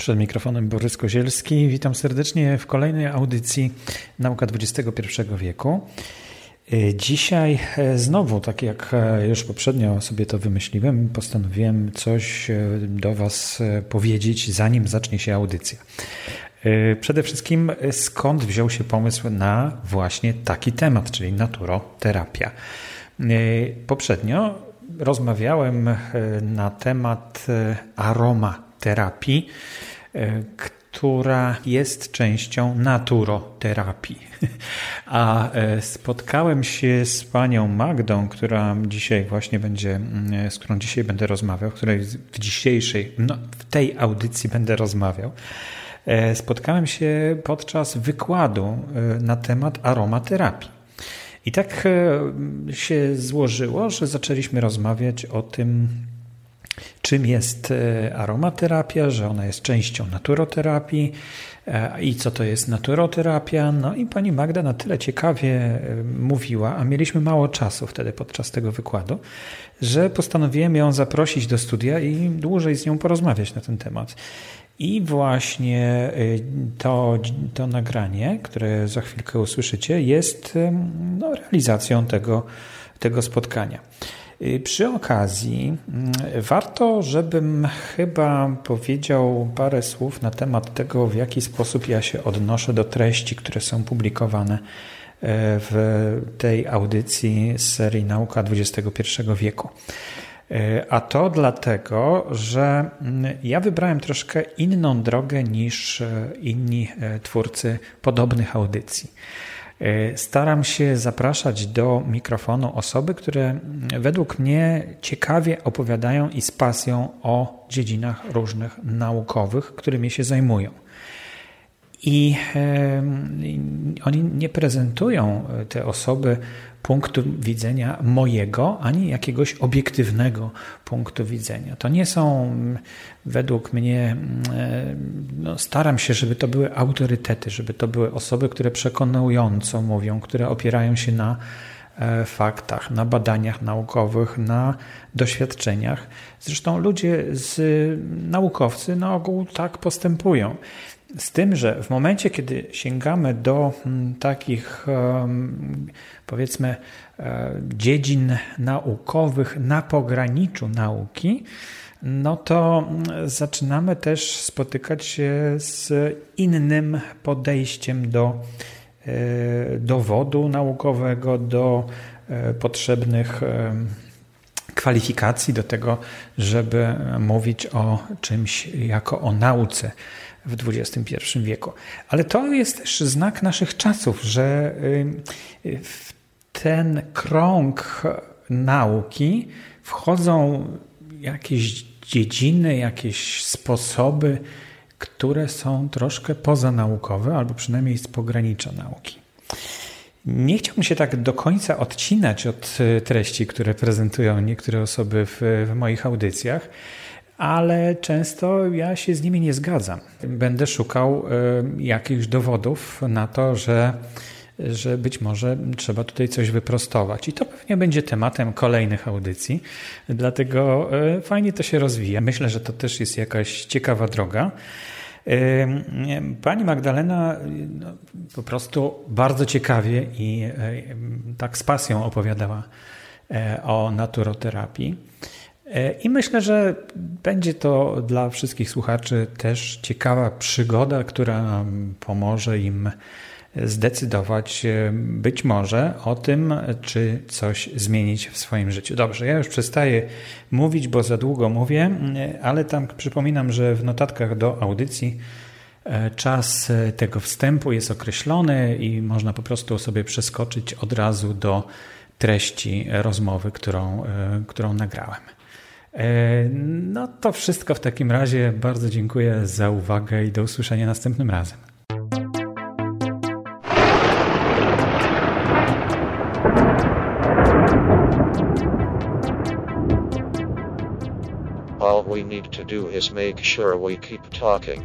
Przed mikrofonem Borys Kozielski. Witam serdecznie w kolejnej audycji Nauka XXI wieku. Dzisiaj znowu, tak jak już poprzednio sobie to wymyśliłem, postanowiłem coś do Was powiedzieć, zanim zacznie się audycja. Przede wszystkim, skąd wziął się pomysł na właśnie taki temat, czyli naturoterapia. Poprzednio rozmawiałem na temat aromaterapii, która jest częścią naturoterapii. A spotkałem się z panią Magdą, z którą dzisiaj będę rozmawiał, w tej audycji będę rozmawiał. Spotkałem się podczas wykładu na temat aromaterapii. I tak się złożyło, że zaczęliśmy rozmawiać o tym, czym jest aromaterapia, że ona jest częścią naturoterapii i co to jest naturoterapia. No i pani Magda na tyle ciekawie mówiła, a mieliśmy mało czasu wtedy podczas tego wykładu, że postanowiłem ją zaprosić do studia i dłużej z nią porozmawiać na ten temat. I właśnie to nagranie, które za chwilkę usłyszycie, jest realizacją tego spotkania. Przy okazji warto, żebym chyba powiedział parę słów na temat tego, w jaki sposób ja się odnoszę do treści, które są publikowane w tej audycji z serii Nauka XXI wieku. A to dlatego, że ja wybrałem troszkę inną drogę niż inni twórcy podobnych audycji. Staram się zapraszać do mikrofonu osoby, które według mnie ciekawie opowiadają i z pasją o dziedzinach różnych naukowych, którymi się zajmują. I oni nie prezentują, te osoby, punktu widzenia mojego, ani jakiegoś obiektywnego punktu widzenia. To nie są według mnie, staram się, żeby to były autorytety, żeby to były osoby, które przekonująco mówią, które opierają się na faktach, na badaniach naukowych, na doświadczeniach. Zresztą naukowcy na ogół tak postępują. Z tym, że w momencie, kiedy sięgamy do takich, powiedzmy, dziedzin naukowych na pograniczu nauki, no to zaczynamy też spotykać się z innym podejściem do dowodu naukowego, do potrzebnych kwalifikacji do tego, żeby mówić o czymś jako o nauce w XXI wieku. Ale to jest też znak naszych czasów, że w ten krąg nauki wchodzą jakieś dziedziny, jakieś sposoby, które są troszkę pozanaukowe, albo przynajmniej z pogranicza nauki. Nie chciałbym się tak do końca odcinać od treści, które prezentują niektóre osoby w moich audycjach, ale często ja się z nimi nie zgadzam. Będę szukał jakichś dowodów na to, że być może trzeba tutaj coś wyprostować. I to pewnie będzie tematem kolejnych audycji, dlatego fajnie to się rozwija. Myślę, że to też jest jakaś ciekawa droga. Pani Magdalena po prostu bardzo ciekawie i tak z pasją opowiadała o naturoterapii. I myślę, że będzie to dla wszystkich słuchaczy też ciekawa przygoda, która pomoże im zdecydować być może o tym, czy coś zmienić w swoim życiu. Dobrze, ja już przestaję mówić, bo za długo mówię, ale tam przypominam, że w notatkach do audycji czas tego wstępu jest określony i można po prostu sobie przeskoczyć od razu do treści rozmowy, którą nagrałem. No to wszystko w takim razie. Bardzo dziękuję za uwagę i do usłyszenia następnym razem. All we need to do is make sure we keep talking.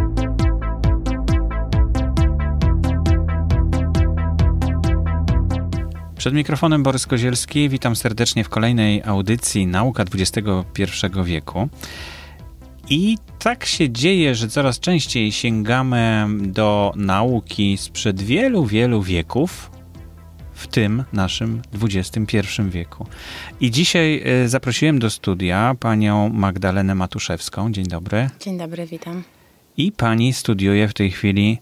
Przed mikrofonem Borys Kozielski. Witam serdecznie w kolejnej audycji Nauka XXI wieku. I tak się dzieje, że coraz częściej sięgamy do nauki sprzed wielu, wielu wieków, w tym naszym XXI wieku. I dzisiaj zaprosiłem do studia panią Magdalenę Matuszewską. Dzień dobry. Dzień dobry, witam. I pani studiuje w tej chwili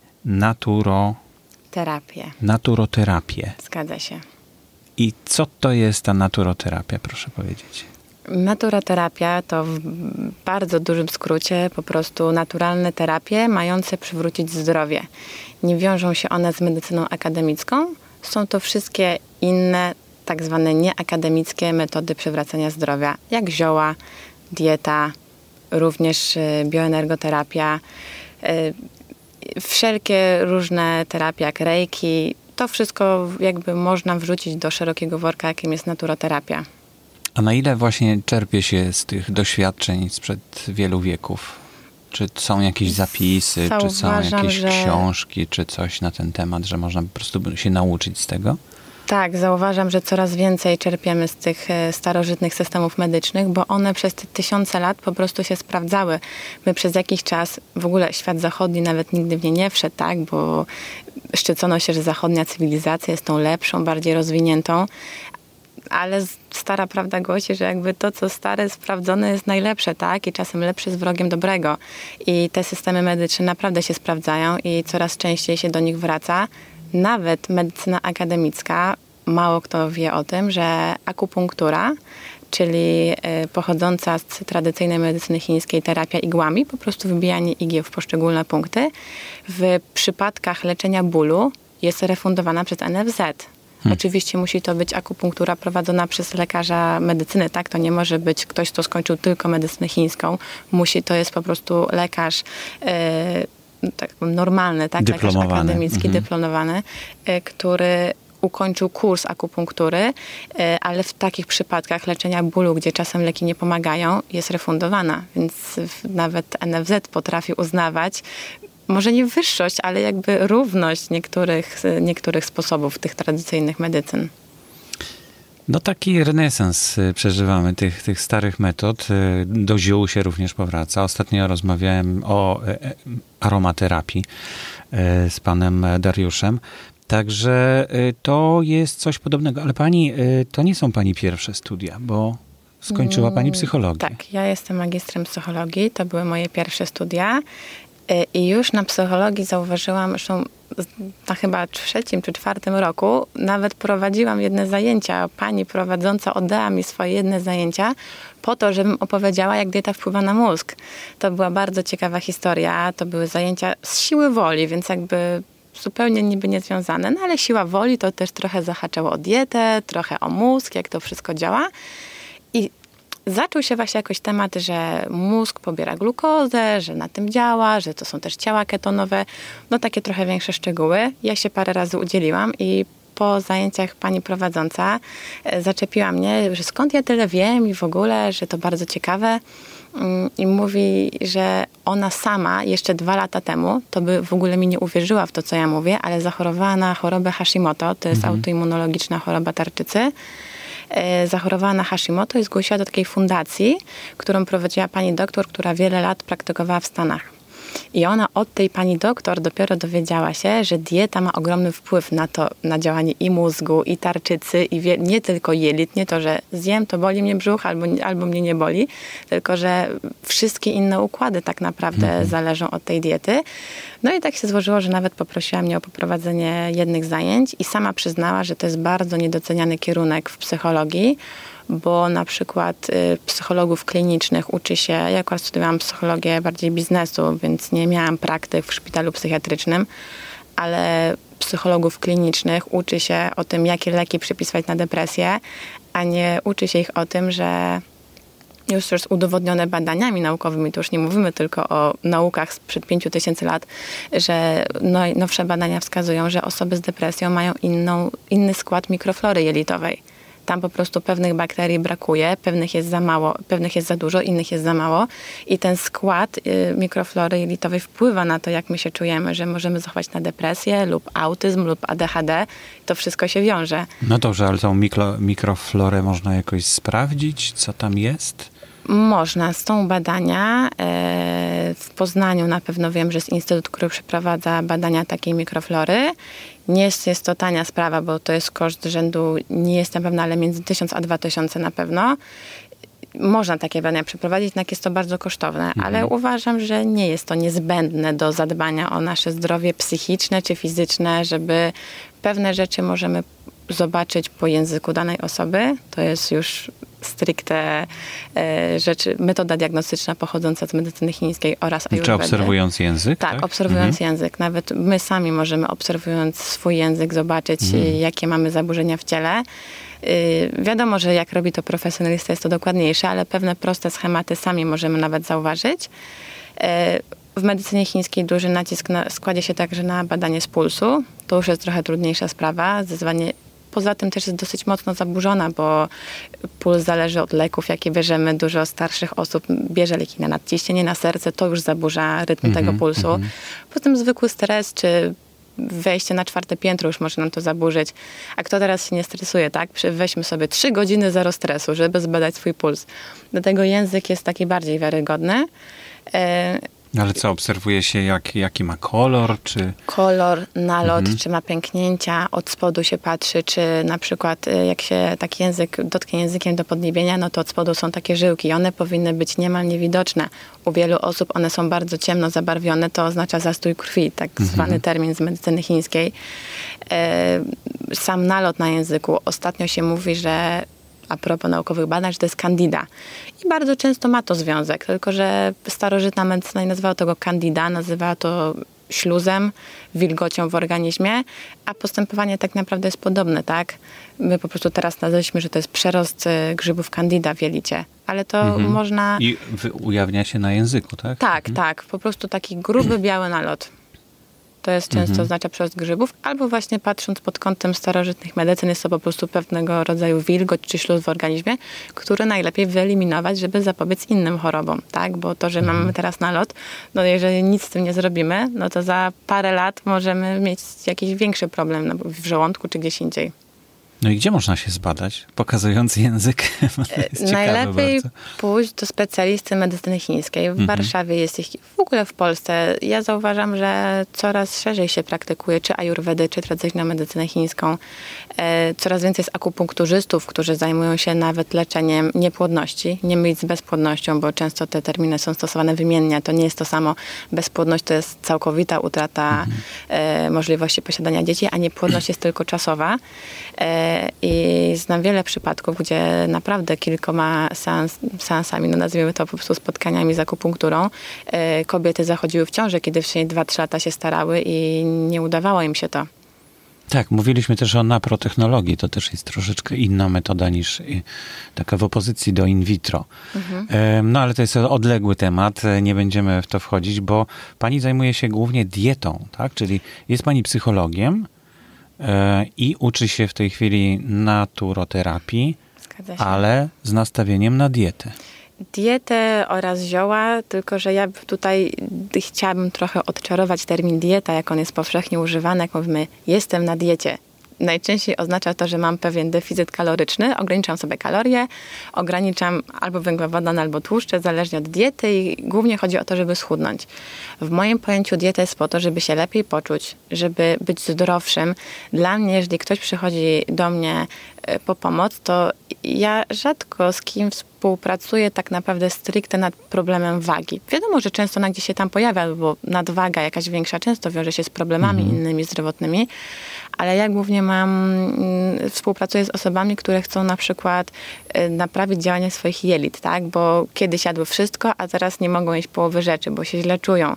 naturoterapię. Zgadza się. I co to jest ta naturoterapia, proszę powiedzieć? Naturoterapia to w bardzo dużym skrócie po prostu naturalne terapie mające przywrócić zdrowie. Nie wiążą się one z medycyną akademicką. Są to wszystkie inne, tak zwane nieakademickie metody przywracania zdrowia, jak zioła, dieta, również bioenergoterapia, wszelkie różne terapie jak reiki. To wszystko jakby można wrzucić do szerokiego worka, jakim jest naturoterapia. A na ile właśnie czerpie się z tych doświadczeń sprzed wielu wieków? Czy są jakieś zapisy, czy są jakieś książki, czy coś na ten temat, że można po prostu się nauczyć z tego? Tak, zauważam, że coraz więcej czerpiemy z tych starożytnych systemów medycznych, bo one przez te tysiące lat po prostu się sprawdzały. My przez jakiś czas, w ogóle świat zachodni nawet nigdy w nie nie wszedł, tak, bo szczycono się, że zachodnia cywilizacja jest tą lepszą, bardziej rozwiniętą, ale stara prawda głosi, że jakby to, co stare, sprawdzone jest najlepsze, tak? I czasem lepsze jest wrogiem dobrego. I te systemy medyczne naprawdę się sprawdzają i coraz częściej się do nich wraca. Nawet medycyna akademicka, mało kto wie o tym, że akupunktura, czyli pochodząca z tradycyjnej medycyny chińskiej terapia igłami, po prostu wybijanie igieł w poszczególne punkty, w przypadkach leczenia bólu jest refundowana przez NFZ. Oczywiście musi to być akupunktura prowadzona przez lekarza medycyny, tak? To nie może być ktoś, kto skończył tylko medycynę chińską. To jest po prostu lekarz tak, normalny, tak? Lekarz akademicki, dyplomowany, który ukończył kurs akupunktury, ale w takich przypadkach leczenia bólu, gdzie czasem leki nie pomagają, jest refundowana. Więc nawet NFZ potrafi uznawać może nie wyższość, ale jakby równość niektórych sposobów tych tradycyjnych medycyn. No taki renesans przeżywamy tych starych metod. Do ziół się również powraca. Ostatnio rozmawiałem o aromaterapii z panem Dariuszem. Także to jest coś podobnego. Ale pani, to nie są pani pierwsze studia, bo skończyła pani psychologię. Tak, ja jestem magistrem psychologii. To były moje pierwsze studia. I już na psychologii zauważyłam, że na chyba 3. czy 4. roku nawet prowadziłam jedne zajęcia. Pani prowadząca oddała mi swoje jedne zajęcia po to, żebym opowiedziała, jak dieta wpływa na mózg. To była bardzo ciekawa historia. To były zajęcia z siły woli, więc jakby zupełnie niby niezwiązane. No ale siła woli to też trochę zahaczało o dietę, trochę o mózg, jak to wszystko działa. I zaczął się właśnie jakoś temat, że mózg pobiera glukozę, że na tym działa, że to są też ciała ketonowe. No takie trochę większe szczegóły. Ja się parę razy udzieliłam i po zajęciach pani prowadząca zaczepiła mnie, że skąd ja tyle wiem i w ogóle, że to bardzo ciekawe. I mówi, że ona sama jeszcze 2 lata temu, to by w ogóle mi nie uwierzyła w to, co ja mówię, ale zachorowała na chorobę Hashimoto, to jest autoimmunologiczna choroba tarczycy. Zachorowała na Hashimoto i zgłosiła do takiej fundacji, którą prowadziła pani doktor, która wiele lat praktykowała w Stanach. I ona od tej pani doktor dopiero dowiedziała się, że dieta ma ogromny wpływ na to, na działanie i mózgu, i tarczycy, i nie tylko jelit, nie to, że zjem, to boli mnie brzuch, albo mnie nie boli, tylko, że wszystkie inne układy tak naprawdę zależą od tej diety. No i tak się złożyło, że nawet poprosiła mnie o poprowadzenie jednych zajęć i sama przyznała, że to jest bardzo niedoceniany kierunek w psychologii, bo na przykład psychologów klinicznych uczy się, ja akurat studiowałam psychologię bardziej biznesu, więc nie miałam praktyk w szpitalu psychiatrycznym, ale psychologów klinicznych uczy się o tym, jakie leki przypisywać na depresję, a nie uczy się ich o tym, że już jest udowodnione badaniami naukowymi, to już nie mówimy tylko o naukach sprzed 5000 lat, że nowsze badania wskazują, że osoby z depresją mają inny skład mikroflory jelitowej. Tam po prostu pewnych bakterii brakuje, pewnych jest za mało, pewnych jest za dużo, innych jest za mało i ten skład mikroflory jelitowej wpływa na to, jak my się czujemy, że możemy zachować na depresję lub autyzm lub ADHD. To wszystko się wiąże. No dobrze, ale tą mikroflorę można jakoś sprawdzić, co tam jest? Można. Są badania. W Poznaniu na pewno wiem, że jest instytut, który przeprowadza badania takiej mikroflory. Nie jest to tania sprawa, bo to jest koszt rzędu, nie jestem pewna, ale między 1000 a 2000 na pewno. Można takie badania przeprowadzić, jednak jest to bardzo kosztowne, ale uważam, że nie jest to niezbędne do zadbania o nasze zdrowie psychiczne czy fizyczne, żeby pewne rzeczy możemy zobaczyć po języku danej osoby. To jest już stricte rzeczy, metoda diagnostyczna pochodząca z medycyny chińskiej oraz ajurwedy. Czy obserwując język? Tak, obserwując język. Nawet my sami możemy, obserwując swój język, zobaczyć, jakie mamy zaburzenia w ciele. Wiadomo, że jak robi to profesjonalista, jest to dokładniejsze, ale pewne proste schematy sami możemy nawet zauważyć. W medycynie chińskiej duży nacisk składa się także na badanie z pulsu. To już jest trochę trudniejsza sprawa. Zdecydowanie poza tym też jest dosyć mocno zaburzona, bo puls zależy od leków, jakie bierzemy. Dużo starszych osób bierze leki na nadciśnienie, na serce. To już zaburza rytm tego pulsu. Poza tym zwykły stres czy wejście na 4. piętro już może nam to zaburzyć. A kto teraz się nie stresuje, tak? Weźmy sobie 3 godziny zero stresu, żeby zbadać swój puls. Dlatego język jest taki bardziej wiarygodny. Ale co, obserwuje się jaki ma kolor, czy... Kolor, nalot, czy ma pęknięcia, od spodu się patrzy, czy na przykład jak się taki język dotknie językiem do podniebienia, no to od spodu są takie żyłki i one powinny być niemal niewidoczne. U wielu osób one są bardzo ciemno zabarwione, to oznacza zastój krwi, tak zwany termin z medycyny chińskiej. Sam nalot na języku, ostatnio się mówi, że a propos naukowych badań, że to jest candida. I bardzo często ma to związek, tylko że starożytna medycyna nie nazywała tego candida, nazywała to śluzem, wilgocią w organizmie, a postępowanie tak naprawdę jest podobne, tak? My po prostu teraz nazwaliśmy, że to jest przerost grzybów candida w jelicie, ale to można... I ujawnia się na języku, tak? Tak, tak. Po prostu taki gruby, biały nalot. To jest często oznacza przerost grzybów, albo właśnie patrząc pod kątem starożytnych medycyn jest to po prostu pewnego rodzaju wilgoć czy śluz w organizmie, który najlepiej wyeliminować, żeby zapobiec innym chorobom, tak? Bo to, że mamy teraz nalot, no jeżeli nic z tym nie zrobimy, no to za parę lat możemy mieć jakiś większy problem w żołądku czy gdzieś indziej. No i gdzie można się zbadać, pokazując język? Najlepiej pójść do specjalisty medycyny chińskiej. W Warszawie jest ich, w ogóle w Polsce. Ja zauważam, że coraz szerzej się praktykuje czy ajurwedy, czy tradycyjną medycynę chińską. Coraz więcej jest akupunkturzystów, którzy zajmują się nawet leczeniem niepłodności. Nie mylić z bezpłodnością, bo często te terminy są stosowane wymiennie. To nie jest to samo. Bezpłodność to jest całkowita utrata możliwości posiadania dzieci, a niepłodność jest tylko czasowa. I znam wiele przypadków, gdzie naprawdę kilkoma seansami, no nazwijmy to po prostu spotkaniami z akupunkturą, kobiety zachodziły w ciążę, kiedy wcześniej 2-3 lata się starały i nie udawało im się to. Tak, mówiliśmy też o naprotechnologii. To też jest troszeczkę inna metoda niż taka w opozycji do in vitro. No ale to jest odległy temat. Nie będziemy w to wchodzić, bo pani zajmuje się głównie dietą, tak? Czyli jest pani psychologiem i uczy się w tej chwili naturoterapii, ale z nastawieniem na dietę. Dietę oraz zioła, tylko że ja tutaj chciałabym trochę odczarować termin dieta, jak on jest powszechnie używany, jak mówimy, jestem na diecie. Najczęściej oznacza to, że mam pewien deficyt kaloryczny, ograniczam sobie kalorie, ograniczam albo węglowodany, albo tłuszcze, zależnie od diety i głównie chodzi o to, żeby schudnąć. W moim pojęciu dieta jest po to, żeby się lepiej poczuć, żeby być zdrowszym. Dla mnie, jeżeli ktoś przychodzi do mnie po pomoc, to ja rzadko z kim współpracuję tak naprawdę stricte nad problemem wagi. Wiadomo, że często ona gdzieś się tam pojawia, bo nadwaga jakaś większa często wiąże się z problemami innymi zdrowotnymi, ale ja głównie współpracuję z osobami, które chcą na przykład naprawić działanie swoich jelit, tak? Bo kiedyś jadły wszystko, a teraz nie mogą jeść połowy rzeczy, bo się źle czują.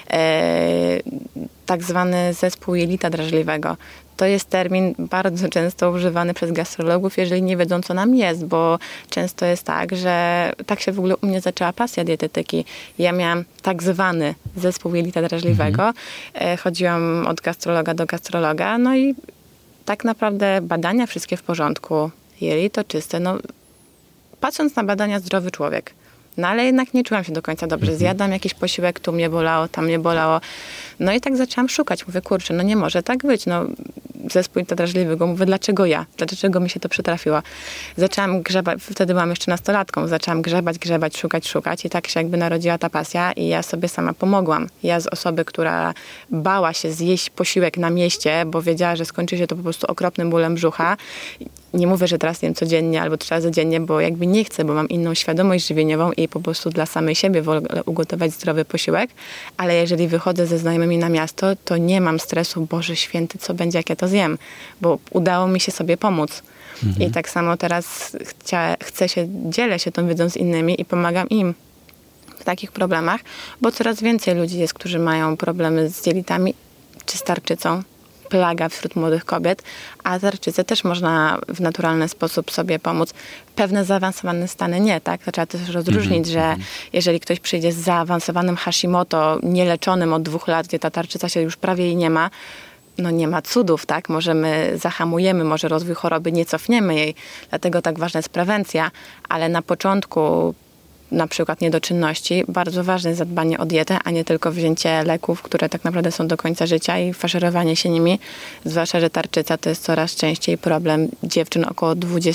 Tak zwany zespół jelita drażliwego. To jest termin bardzo często używany przez gastrologów, jeżeli nie wiedzą, co nam jest, bo często jest tak, że tak się w ogóle u mnie zaczęła pasja dietetyki. Ja miałam tak zwany zespół jelita drażliwego. Chodziłam od gastrologa do gastrologa, no i tak naprawdę badania wszystkie w porządku. Jelito czyste, no patrząc na badania zdrowy człowiek. No ale jednak nie czułam się do końca dobrze. Zjadam jakiś posiłek, tu mnie bolało, tam mnie bolało. No i tak zaczęłam szukać. Mówię, kurczę, no nie może tak być. No zespół drażliwego. Mówię, dlaczego ja? Dlaczego mi się to przytrafiło? Zaczęłam grzebać, wtedy byłam jeszcze nastolatką, zaczęłam grzebać, szukać i tak się jakby narodziła ta pasja i ja sobie sama pomogłam. Ja z osoby, która bała się zjeść posiłek na mieście, bo wiedziała, że skończy się to po prostu okropnym bólem brzucha. Nie mówię, że teraz jem codziennie albo 3 razy dziennie, bo jakby nie chcę, bo mam inną świadomość żywieniową i po prostu dla samej siebie wolę ugotować zdrowy posiłek, ale jeżeli wychodzę ze znajomymi na miasto, to nie mam stresu, Boże Święty, co będzie, jak ja to zjem, bo udało mi się sobie pomóc. I tak samo teraz dzielę się tą wiedzą z innymi i pomagam im w takich problemach, bo coraz więcej ludzi jest, którzy mają problemy z jelitami czy z tarczycą. Plaga wśród młodych kobiet, a tarczycę też można w naturalny sposób sobie pomóc. Pewne zaawansowane stany nie, tak? To trzeba też rozróżnić, że jeżeli ktoś przyjdzie z zaawansowanym Hashimoto, nieleczonym od 2 lat, gdzie ta tarczyca się już prawie jej nie ma, no nie ma cudów, tak? Może my zahamujemy, może rozwój choroby, nie cofniemy jej. Dlatego tak ważna jest prewencja, ale na początku na przykład niedoczynności, bardzo ważne jest zadbanie o dietę, a nie tylko wzięcie leków, które tak naprawdę są do końca życia i faszerowanie się nimi. Zwłaszcza, że tarczyca to jest coraz częściej problem dziewczyn około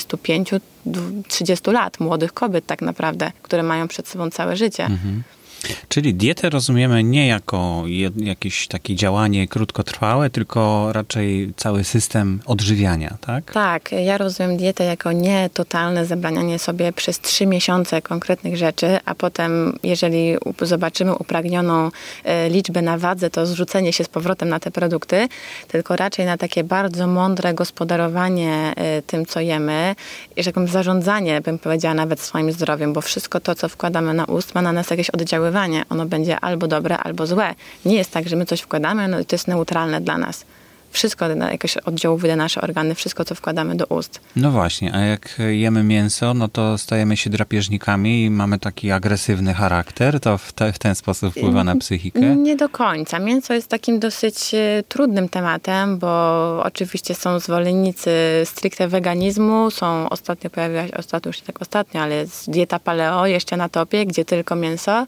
25-30 lat, młodych kobiet tak naprawdę, które mają przed sobą całe życie. Czyli dietę rozumiemy nie jako jakieś takie działanie krótkotrwałe, tylko raczej cały system odżywiania, tak? Tak, ja rozumiem dietę jako nie totalne zabranianie sobie przez 3 miesiące konkretnych rzeczy, a potem jeżeli zobaczymy upragnioną liczbę na wadze, to zrzucenie się z powrotem na te produkty, tylko raczej na takie bardzo mądre gospodarowanie tym, co jemy i jakimś zarządzanie, bym powiedziała, nawet swoim zdrowiem, bo wszystko to, co wkładamy na ust, ma na nas jakieś oddziaływanie. Ono będzie albo dobre, albo złe. Nie jest tak, że my coś wkładamy, no i to jest neutralne dla nas. Wszystko jakoś oddziałuje na nasze organy, wszystko, co wkładamy do ust. No właśnie, a jak jemy mięso, no to stajemy się drapieżnikami i mamy taki agresywny charakter, to w ten sposób wpływa na psychikę? Nie do końca. Mięso jest takim dosyć trudnym tematem, bo oczywiście są zwolennicy stricte weganizmu, ostatnio pojawiła się, już nie tak ostatnio, ale jest dieta paleo jeszcze na topie, gdzie tylko mięso.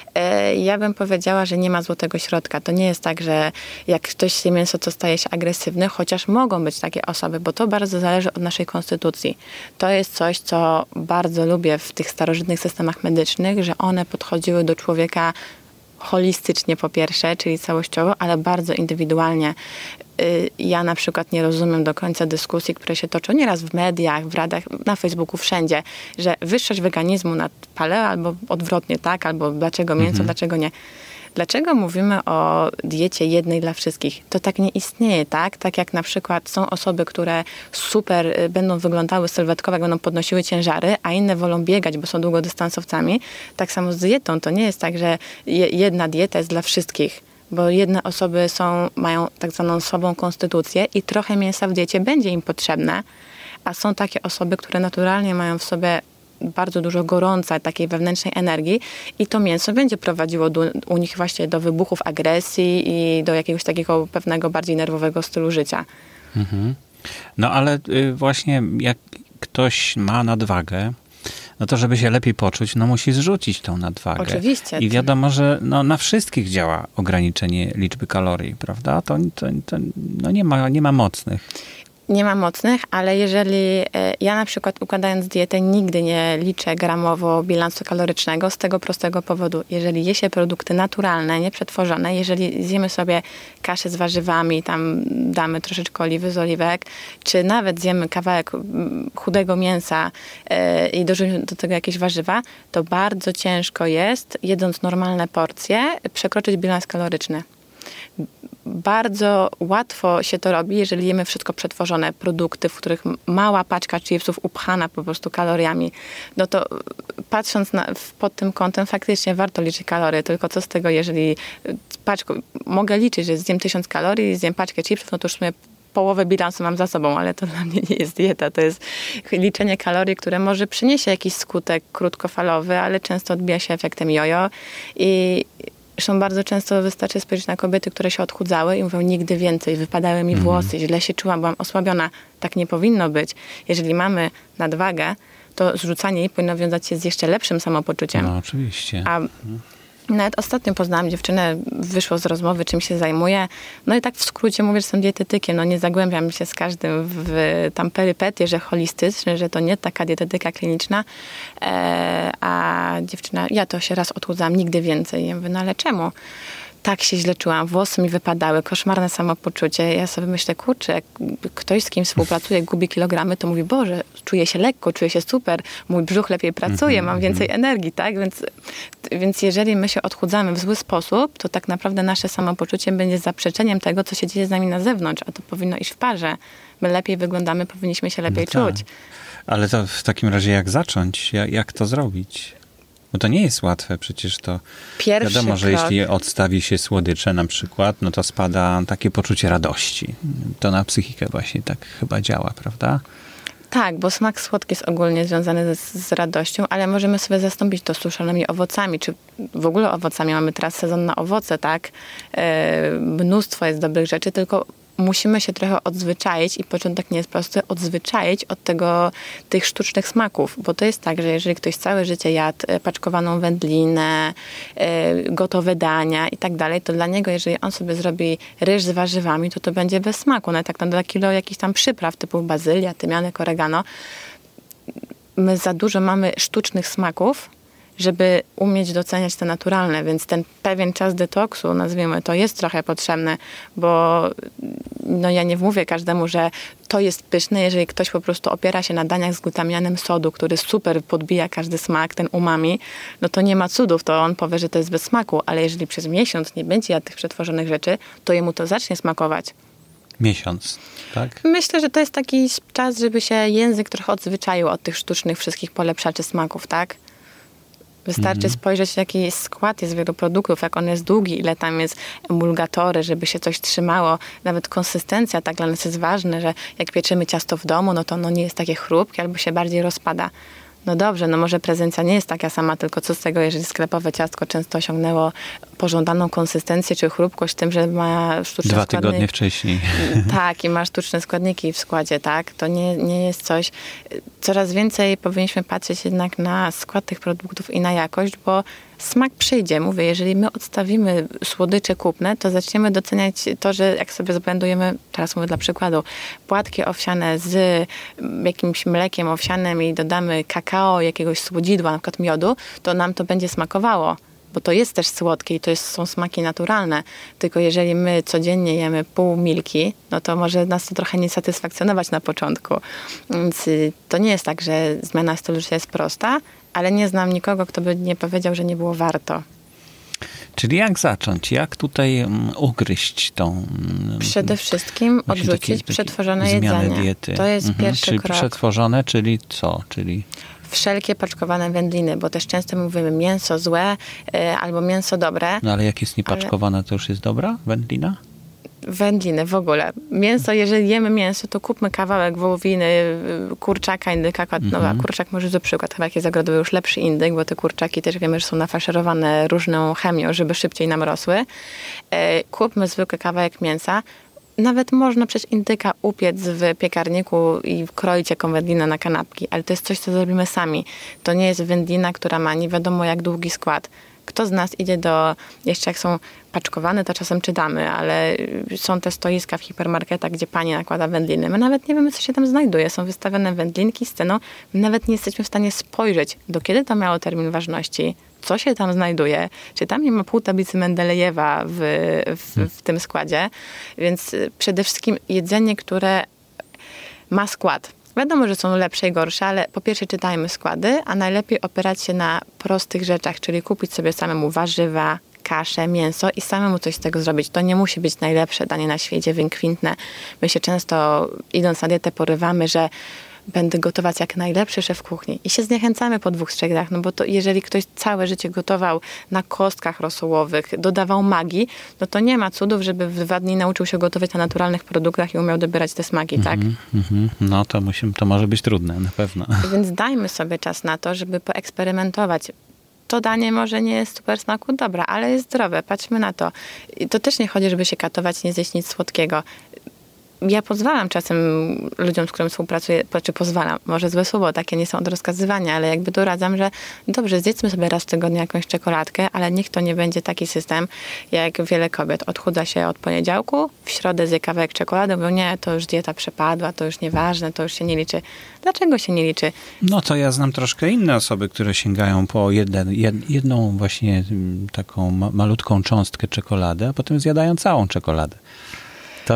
Ja bym powiedziała, że nie ma złotego środka. To nie jest tak, że jak ktoś je mięso, to staje się agresywny, chociaż mogą być takie osoby, bo to bardzo zależy od naszej konstytucji. To jest coś, co bardzo lubię w tych starożytnych systemach medycznych, że one podchodziły do człowieka holistycznie po pierwsze, czyli całościowo, ale bardzo indywidualnie. Ja na przykład nie rozumiem do końca dyskusji, które się toczą nieraz w mediach, w radach, na Facebooku, wszędzie, że wyższość weganizmu nad paleo albo odwrotnie, tak? Albo dlaczego mięso, dlaczego nie? Dlaczego mówimy o diecie jednej dla wszystkich? To tak nie istnieje, tak? Tak jak na przykład są osoby, które super będą wyglądały sylwetkowo, jak będą podnosiły ciężary, a inne wolą biegać, bo są długodystansowcami. Tak samo z dietą. To nie jest tak, że jedna dieta jest dla wszystkich, bo jedne osoby mają tak zwaną słabą konstytucję i trochę mięsa w diecie będzie im potrzebne, a są takie osoby, które naturalnie mają w sobie bardzo dużo gorąca, takiej wewnętrznej energii i to mięso będzie prowadziło u nich właśnie do wybuchów agresji i do jakiegoś takiego pewnego bardziej nerwowego stylu życia. No ale właśnie jak ktoś ma nadwagę, no to żeby się lepiej poczuć, no musi zrzucić tą nadwagę. Oczywiście. I wiadomo, że no, na wszystkich działa ograniczenie liczby kalorii, prawda? To nie ma mocnych. Nie ma mocnych, ale jeżeli ja na przykład układając dietę nigdy nie liczę gramowo bilansu kalorycznego z tego prostego powodu. Jeżeli je się produkty naturalne, nieprzetworzone, jeżeli zjemy sobie kaszę z warzywami, tam damy troszeczkę oliwy z oliwek, czy nawet zjemy kawałek chudego mięsa i dorzucimy do tego jakieś warzywa, to bardzo ciężko jest, jedząc normalne porcje, przekroczyć bilans kaloryczny. Bardzo łatwo się to robi, jeżeli jemy wszystko przetworzone, produkty, w których mała paczka chipsów upchana po prostu kaloriami. No to patrząc pod tym kątem faktycznie warto liczyć kalorie, tylko co z tego, jeżeli mogę liczyć, że zjem 1000 kalorii, zjem paczkę chipsów, no to już w sumie połowę bilansu mam za sobą, ale to dla mnie nie jest dieta. To jest liczenie kalorii, które może przyniesie jakiś skutek krótkofalowy, ale często odbija się efektem jojo i zresztą bardzo często wystarczy spojrzeć na kobiety, które się odchudzały i mówią nigdy więcej, wypadały mi włosy, źle się czułam, byłam osłabiona. Tak nie powinno być. Jeżeli mamy nadwagę, to zrzucanie jej powinno wiązać się z jeszcze lepszym samopoczuciem. No oczywiście. Nawet ostatnio poznałam dziewczynę, wyszło z rozmowy, czym się zajmuje. No i tak w skrócie mówię, że jestem dietetykiem. No nie zagłębiam się z każdym w tam perypetie, że holistyczne, że to nie taka dietetyka kliniczna. A dziewczyna, ja to się raz odchudzałam, nigdy więcej. Ja mówię, no ale czemu? Tak się źle czułam, włosy mi wypadały, koszmarne samopoczucie. Ja sobie myślę, kurczę, jak ktoś z kim współpracuje, gubi kilogramy, to mówi, Boże, czuję się lekko, czuję się super, mój brzuch lepiej pracuje, mam więcej energii, tak? Więc jeżeli my się odchudzamy w zły sposób, to tak naprawdę nasze samopoczucie będzie zaprzeczeniem tego, co się dzieje z nami na zewnątrz, a to powinno iść w parze. My lepiej wyglądamy, powinniśmy się lepiej czuć. Ale to w takim razie jak zacząć? Jak to zrobić? Bo to nie jest łatwe, przecież to wiadomo, że jeśli odstawi się słodycze na przykład, no to spada takie poczucie radości. To na psychikę właśnie tak chyba działa, prawda? Tak, bo smak słodki jest ogólnie związany z radością, ale możemy sobie zastąpić to suszonymi owocami, czy w ogóle owocami. Mamy teraz sezon na owoce, tak? Mnóstwo jest dobrych rzeczy, tylko musimy się trochę odzwyczaić i początek nie jest prosty, odzwyczaić od tych sztucznych smaków, bo to jest tak, że jeżeli ktoś całe życie jadł paczkowaną wędlinę, gotowe dania i tak dalej, to dla niego, jeżeli on sobie zrobi ryż z warzywami, to będzie bez smaku. Nawet tak na kilo jakichś tam przypraw typu bazylia, tymianek, oregano. My za dużo mamy sztucznych smaków, żeby umieć doceniać te naturalne, więc ten pewien czas detoksu, nazwijmy to, jest trochę potrzebny, bo no ja nie mówię każdemu, że to jest pyszne, jeżeli ktoś po prostu opiera się na daniach z glutamianem sodu, który super podbija każdy smak, ten umami, no to nie ma cudów, to on powie, że to jest bez smaku, ale jeżeli przez miesiąc nie będzie jadł tych przetworzonych rzeczy, to jemu to zacznie smakować. Miesiąc, tak? Myślę, że to jest taki czas, żeby się język trochę odzwyczaił od tych sztucznych wszystkich polepszaczy smaków, tak? Wystarczy spojrzeć, jaki skład jest wielu produktów, jak on jest długi, ile tam jest emulgatory, żeby się coś trzymało. Nawet konsystencja tak dla nas jest ważna, że jak pieczymy ciasto w domu, no to ono nie jest takie chrupkie albo się bardziej rozpada. No dobrze, no może prezencja nie jest taka sama, tylko co z tego, jeżeli sklepowe ciastko często osiągnęło pożądaną konsystencję czy chrupkość tym, że ma sztuczne 2 tygodnie wcześniej. Tak, i ma sztuczne składniki w składzie, tak? To nie jest coś... Coraz więcej powinniśmy patrzeć jednak na skład tych produktów i na jakość, bo smak przyjdzie. Mówię, jeżeli my odstawimy słodycze kupne, to zaczniemy doceniać to, że jak sobie zblendujemy, teraz mówię dla przykładu, płatki owsiane z jakimś mlekiem owsianym i dodamy kakao, jakiegoś słodzidła, na przykład miodu, to nam to będzie smakowało. Bo to jest też słodkie i są smaki naturalne. Tylko jeżeli my codziennie jemy pół milki, no to może nas to trochę nie satysfakcjonować na początku. Więc to nie jest tak, że zmiana stylu życia jest prosta, ale nie znam nikogo, kto by nie powiedział, że nie było warto. Czyli jak zacząć? Jak tutaj ugryźć tą... Przede wszystkim odrzucić przetworzone jedzenie. Diety. To jest pierwszy czyli krok. Przetworzone, czyli co? Czyli... Wszelkie paczkowane wędliny, bo też często mówimy mięso złe albo mięso dobre. No ale jak jest niepaczkowane, to już jest dobra wędlina? Wędliny w ogóle. Mięso, jeżeli jemy mięso, to kupmy kawałek wołowiny, kurczaka, indyka. No, kurczak może za przykład, chyba jakie zagrodowe już lepszy indyk, bo te kurczaki też wiemy, że są nafaszerowane różną chemią, żeby szybciej nam rosły. Kupmy zwykły kawałek mięsa. Nawet można przecież indyka upiec w piekarniku i kroić jaką wędlinę na kanapki, ale to jest coś, co zrobimy sami. To nie jest wędlina, która ma nie wiadomo jak długi skład. Kto z nas idzie jeszcze jak są paczkowane, to czasem czytamy, ale są te stoiska w hipermarketach, gdzie pani nakłada wędliny. My nawet nie wiemy, co się tam znajduje. Są wystawione wędlinki z ceną. My nawet nie jesteśmy w stanie spojrzeć, do kiedy to miało termin ważności, co się tam znajduje, czy tam nie ma pół tablicy Mendelejewa w tym składzie. Więc przede wszystkim jedzenie, które ma skład. Wiadomo, że są lepsze i gorsze, ale po pierwsze czytajmy składy, a najlepiej opierać się na prostych rzeczach, czyli kupić sobie samemu warzywa, kaszę, mięso i samemu coś z tego zrobić. To nie musi być najlepsze danie na świecie, wykwintne. My się często, idąc na dietę, porywamy, że będę gotować jak najlepszy szef kuchni. I się zniechęcamy po 2-3 dniach, no bo to jeżeli ktoś całe życie gotował na kostkach rosołowych, dodawał magii, no to nie ma cudów, żeby w 2 dni nauczył się gotować na naturalnych produktach i umiał dobierać te smaki, tak? No to może być trudne, na pewno. Więc dajmy sobie czas na to, żeby poeksperymentować. To danie może nie jest super smaku, dobra, ale jest zdrowe, patrzmy na to. I to też nie chodzi, żeby się katować, nie zjeść nic słodkiego. ja pozwalam czasem ludziom, z którymi współpracuję, pozwalam, może złe słowo, takie nie są do rozkazywania, ale jakby doradzam, że dobrze, zjedzmy sobie raz w tygodniu jakąś czekoladkę, ale niech to nie będzie taki system, jak wiele kobiet. Odchudza się od poniedziałku, w środę zje kawałek czekolady, mówią, nie, to już dieta przepadła, to już nieważne, to już się nie liczy. Dlaczego się nie liczy? No to ja znam troszkę inne osoby, które sięgają po jedną właśnie taką malutką cząstkę czekolady, a potem zjadają całą czekoladę. To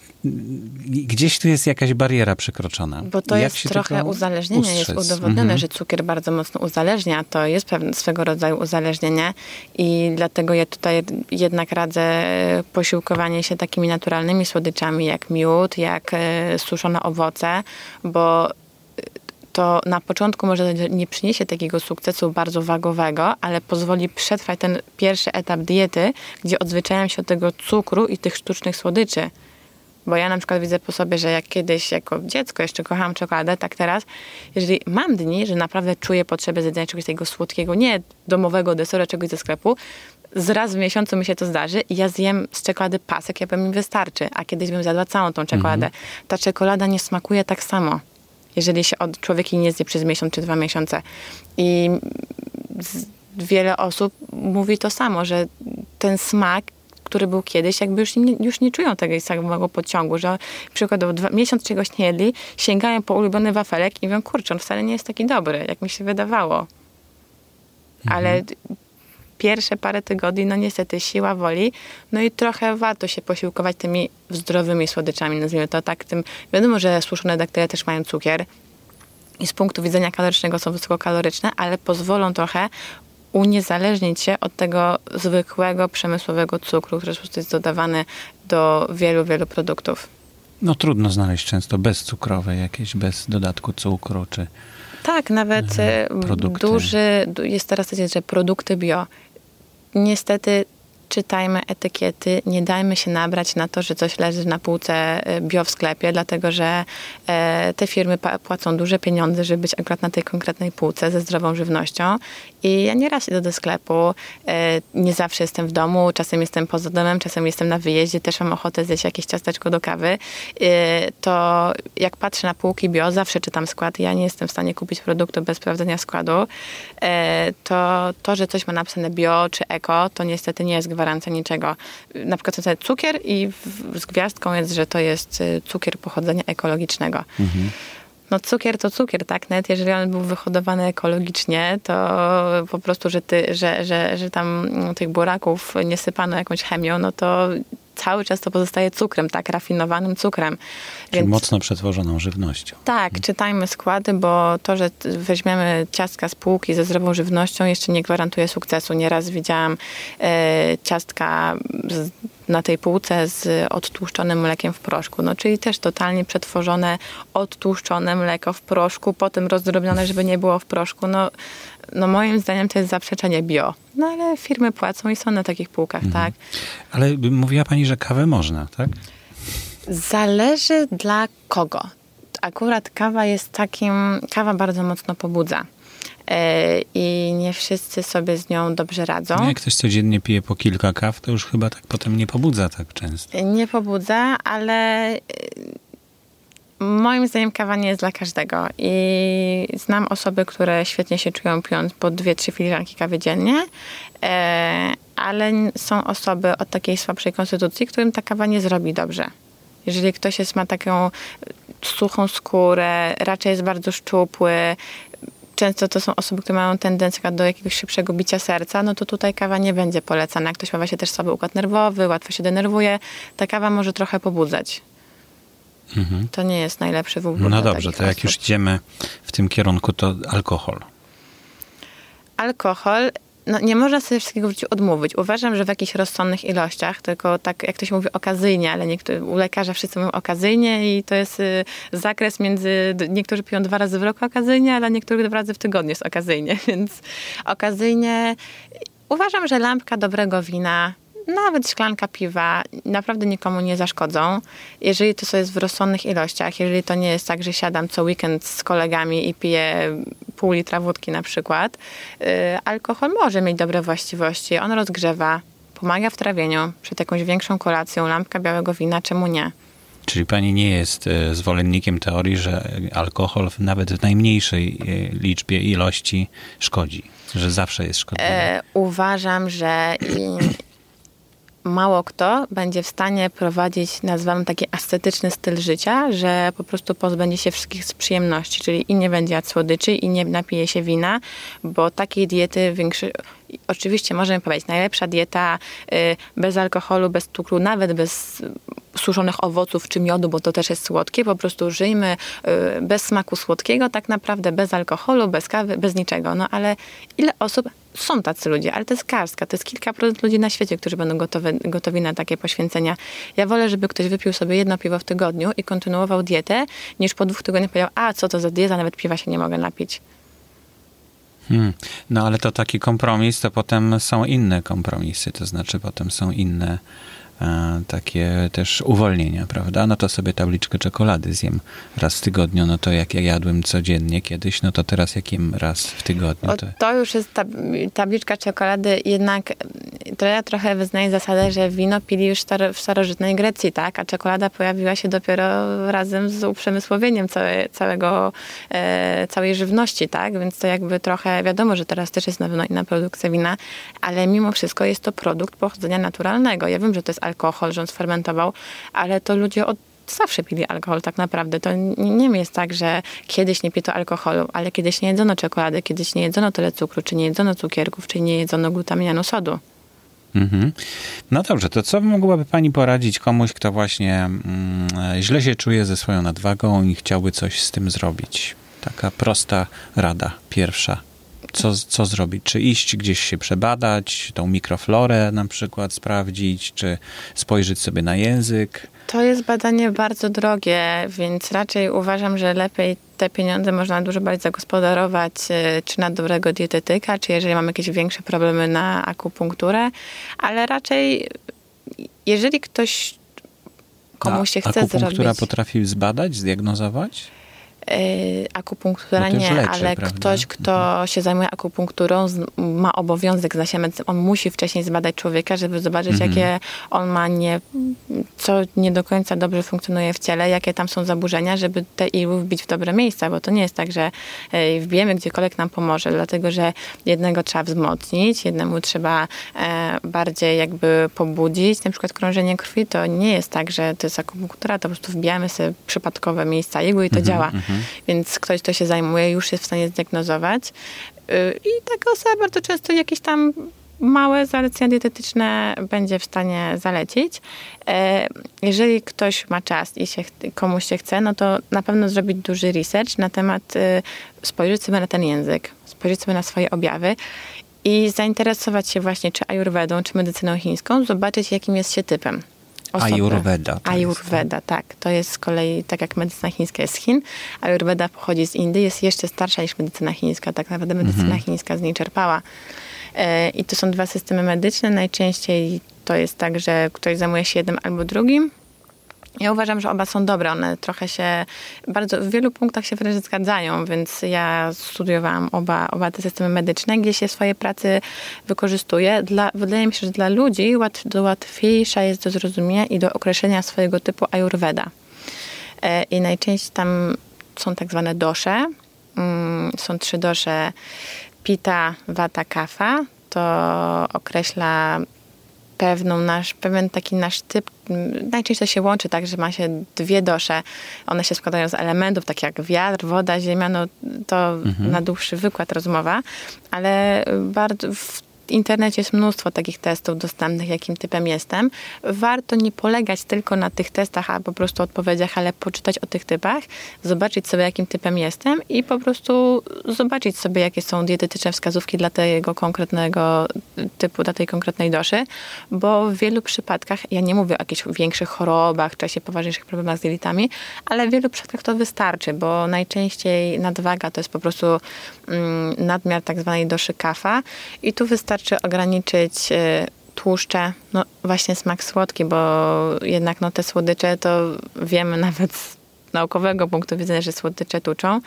gdzieś tu jest jakaś bariera przekroczona. Bo to jest trochę uzależnienie. Jest udowodnione, że cukier bardzo mocno uzależnia. To jest swego rodzaju uzależnienie i dlatego ja tutaj jednak radzę posiłkowanie się takimi naturalnymi słodyczami, jak miód, jak suszone owoce, bo to na początku może nie przyniesie takiego sukcesu bardzo wagowego, ale pozwoli przetrwać ten pierwszy etap diety, gdzie odzwyczajam się od tego cukru i tych sztucznych słodyczy. Bo ja na przykład widzę po sobie, że jak kiedyś jako dziecko jeszcze kochałam czekoladę, tak teraz, jeżeli mam dni, że naprawdę czuję potrzebę zjedzenia czegoś takiego słodkiego, nie domowego deseru, czegoś ze sklepu, raz w miesiącu mi się to zdarzy i ja zjem z czekolady pasek, jakby mi wystarczy, a kiedyś bym zjadła całą tą czekoladę. Ta czekolada nie smakuje tak samo, jeżeli się człowiek jej nie zje przez miesiąc czy 2 miesiące. I wiele osób mówi to samo, że ten smak, który był kiedyś, jakby już nie czują tego samego podciągu, że przykładowo miesiąc czegoś nie jedli, sięgają po ulubiony wafelek i mówią, kurczę, on wcale nie jest taki dobry, jak mi się wydawało. Ale pierwsze parę tygodni, no niestety siła woli, no i trochę warto się posiłkować tymi zdrowymi słodyczami, nazwijmy to tak. Wiadomo, że suszone daktyle też mają cukier i z punktu widzenia kalorycznego są wysokokaloryczne, ale pozwolą trochę uniezależnić się od tego zwykłego, przemysłowego cukru, który po prostu jest dodawany do wielu, wielu produktów. No trudno znaleźć często bezcukrowe jakieś, bez dodatku cukru, czy tak, nawet jest teraz że produkty bio. Niestety czytajmy etykiety, nie dajmy się nabrać na to, że coś leży na półce bio w sklepie, dlatego że te firmy płacą duże pieniądze, żeby być akurat na tej konkretnej półce ze zdrową żywnością. I ja nieraz idę do sklepu, nie zawsze jestem w domu, czasem jestem poza domem, czasem jestem na wyjeździe, też mam ochotę zjeść jakieś ciasteczko do kawy. To jak patrzę na półki bio, zawsze czytam skład. Ja nie jestem w stanie kupić produktu bez sprawdzenia składu. To, że coś ma napisane bio czy eko, to niestety nie jest gwarancja niczego. Na przykład to jest cukier i z gwiazdką jest, że to jest cukier pochodzenia ekologicznego. No cukier to cukier, tak? Nawet jeżeli on był wyhodowany ekologicznie, to po prostu, że tam tych buraków nie sypano jakąś chemią, no to cały czas to pozostaje cukrem, tak? Rafinowanym cukrem. Czyli mocno przetworzoną żywnością. Tak, czytajmy składy, bo to, że weźmiemy ciastka z półki ze zdrową żywnością jeszcze nie gwarantuje sukcesu. Nieraz widziałam ciastka na tej półce z odtłuszczonym mlekiem w proszku. No, czyli też totalnie przetworzone, odtłuszczone mleko w proszku, potem rozdrobnione, żeby nie było w proszku. No moim zdaniem to jest zaprzeczenie bio. No ale firmy płacą i są na takich półkach, tak? Ale mówiła pani, że kawę można, tak? Zależy dla kogo. Akurat kawa bardzo mocno pobudza. I nie wszyscy sobie z nią dobrze radzą. No jak ktoś codziennie pije po kilka kaw, to już chyba tak potem nie pobudza tak często. Nie pobudza, ale moim zdaniem kawa nie jest dla każdego. I znam osoby, które świetnie się czują pijąc po 2-3 filiżanki kawy dziennie, ale są osoby o takiej słabszej konstytucji, którym ta kawa nie zrobi dobrze. Jeżeli ktoś ma taką suchą skórę, raczej jest bardzo szczupły, często to są osoby, które mają tendencję do jakiegoś szybszego bicia serca, no to tutaj kawa nie będzie polecana. Jak ktoś ma właśnie też słaby układ nerwowy, łatwo się denerwuje, ta kawa może trochę pobudzać. To nie jest najlepszy wybór. No dobrze, to jak już idziemy w tym kierunku, to alkohol. Alkohol, no nie można sobie wszystkiego w życiu odmówić. Uważam, że w jakichś rozsądnych ilościach, tylko tak jak ktoś mówi okazyjnie, ale u lekarza wszyscy mówią okazyjnie i to jest zakres między, niektórzy piją 2 razy w roku okazyjnie, ale niektórych 2 razy w tygodniu jest okazyjnie, więc okazyjnie uważam, że lampka dobrego wina, nawet szklanka piwa naprawdę nikomu nie zaszkodzą, jeżeli to jest w rozsądnych ilościach, jeżeli to nie jest tak, że siadam co weekend z kolegami i piję pół litra wódki na przykład. Alkohol może mieć dobre właściwości, on rozgrzewa, pomaga w trawieniu, przed jakąś większą kolacją, lampka białego wina, czemu nie? Czyli pani nie jest zwolennikiem teorii, że alkohol nawet w najmniejszej liczbie, ilości szkodzi, że zawsze jest szkodliwy? Uważam, że mało kto będzie w stanie prowadzić, nazywam taki ascetyczny styl życia, że po prostu pozbędzie się wszystkich z przyjemności, czyli i nie będzie jadł słodyczy, i nie napije się wina, bo takiej diety oczywiście możemy powiedzieć, najlepsza dieta bez alkoholu, bez cukru, nawet bez suszonych owoców czy miodu, bo to też jest słodkie, po prostu żyjmy bez smaku słodkiego, tak naprawdę bez alkoholu, bez kawy, bez niczego. No ale ile osób, są tacy ludzie, ale to jest garstka, to jest kilka procent ludzi na świecie, którzy będą gotowi na takie poświęcenia. Ja wolę, żeby ktoś wypił sobie 1 piwo w tygodniu i kontynuował dietę, niż po 2 tygodniach powiedział, a co to za dieta, nawet piwa się nie mogę napić. No ale to taki kompromis, to potem są inne kompromisy, to znaczy potem są inne takie też uwolnienia, prawda? No to sobie tabliczkę czekolady zjem raz w tygodniu, no to jak ja jadłem codziennie kiedyś, no to teraz jak jem raz w tygodniu. To już jest tabliczka czekolady, jednak to ja trochę wyznaję zasadę, że wino pili już w starożytnej Grecji, tak? A czekolada pojawiła się dopiero razem z uprzemysłowieniem całej żywności, tak? Więc to jakby trochę wiadomo, że teraz też jest na pewno inna produkcja wina, ale mimo wszystko jest to produkt pochodzenia naturalnego. Ja wiem, że to jest alkohol, że on sfermentował, ale to ludzie od zawsze pili alkohol tak naprawdę. To nie jest tak, że kiedyś nie pito alkoholu, ale kiedyś nie jedzono czekolady, kiedyś nie jedzono tyle cukru, czy nie jedzono cukierków, czy nie jedzono glutamianu sodu. No dobrze, to co mogłaby pani poradzić komuś, kto właśnie źle się czuje ze swoją nadwagą i chciałby coś z tym zrobić? Taka prosta rada, pierwsza. Co zrobić? Czy iść gdzieś się przebadać, tą mikroflorę na przykład sprawdzić, czy spojrzeć sobie na język? To jest badanie bardzo drogie, więc raczej uważam, że lepiej te pieniądze można dużo bardziej zagospodarować, czy na dobrego dietetyka, czy jeżeli mamy jakieś większe problemy na akupunkturę, ale raczej jeżeli ktoś komuś się chce zrobić... Akupunktura potrafi zbadać, zdiagnozować? Akupunktura nie, leczy, ale prawda? Ktoś, kto się zajmuje akupunkturą, ma obowiązek on musi wcześniej zbadać człowieka, żeby zobaczyć, jakie on ma co nie do końca dobrze funkcjonuje w ciele, jakie tam są zaburzenia, żeby te igły wbić w dobre miejsca, bo to nie jest tak, że wbijemy gdziekolwiek nam pomoże, dlatego, że jednego trzeba wzmocnić, jednemu trzeba bardziej jakby pobudzić, na przykład krążenie krwi, to nie jest tak, że to jest akupunktura, to po prostu wbijamy sobie przypadkowe miejsca igły i to działa. Więc ktoś, kto się zajmuje, już jest w stanie zdiagnozować. I taka osoba bardzo często jakieś tam małe zalecenia dietetyczne będzie w stanie zalecić. Jeżeli ktoś ma czas i komuś się chce, no to na pewno zrobić duży research na temat, spojrzeć sobie na ten język, spojrzeć sobie na swoje objawy i zainteresować się właśnie czy ajurwedą, czy medycyną chińską, zobaczyć jakim jest się typem osoby. Ajurweda, tak. To jest z kolei, tak jak medycyna chińska jest z Chin, ajurweda pochodzi z Indii, jest jeszcze starsza niż medycyna chińska. Tak naprawdę medycyna chińska z niej czerpała. I to są 2 systemy medyczne. Najczęściej to jest tak, że ktoś zajmuje się jednym albo drugim. Ja uważam, że oba są dobre. One trochę się w wielu punktach się wręcz zgadzają, więc ja studiowałam oba te systemy medyczne, gdzie się swoje pracy wykorzystuje. Wydaje mi się, że dla ludzi łatwiejsza jest do zrozumienia i do określenia swojego typu ajurweda. I najczęściej tam są tak zwane dosze. Są 3 dosze: Pitta, Vata, Kapha. To określa pewien taki nasz typ. Najczęściej się łączy tak, że ma się 2 dosze. One się składają z elementów, tak jak wiatr, woda, ziemia. No to na dłuższy wykład rozmowa. Ale w internecie jest mnóstwo takich testów dostępnych, jakim typem jestem. Warto nie polegać tylko na tych testach, a po prostu odpowiedziach, ale poczytać o tych typach, zobaczyć sobie, jakim typem jestem i po prostu zobaczyć sobie, jakie są dietetyczne wskazówki dla tego konkretnego typu, dla tej konkretnej doszy, bo w wielu przypadkach, ja nie mówię o jakichś większych chorobach, czy się poważniejszych problemach z jelitami, ale w wielu przypadkach to wystarczy, bo najczęściej nadwaga to jest po prostu nadmiar tak zwanej doszy Kapha i tu wystarczy ograniczyć tłuszcze, no właśnie smak słodki, bo jednak te słodycze to wiemy nawet z naukowego punktu widzenia, że słodycze tuczą.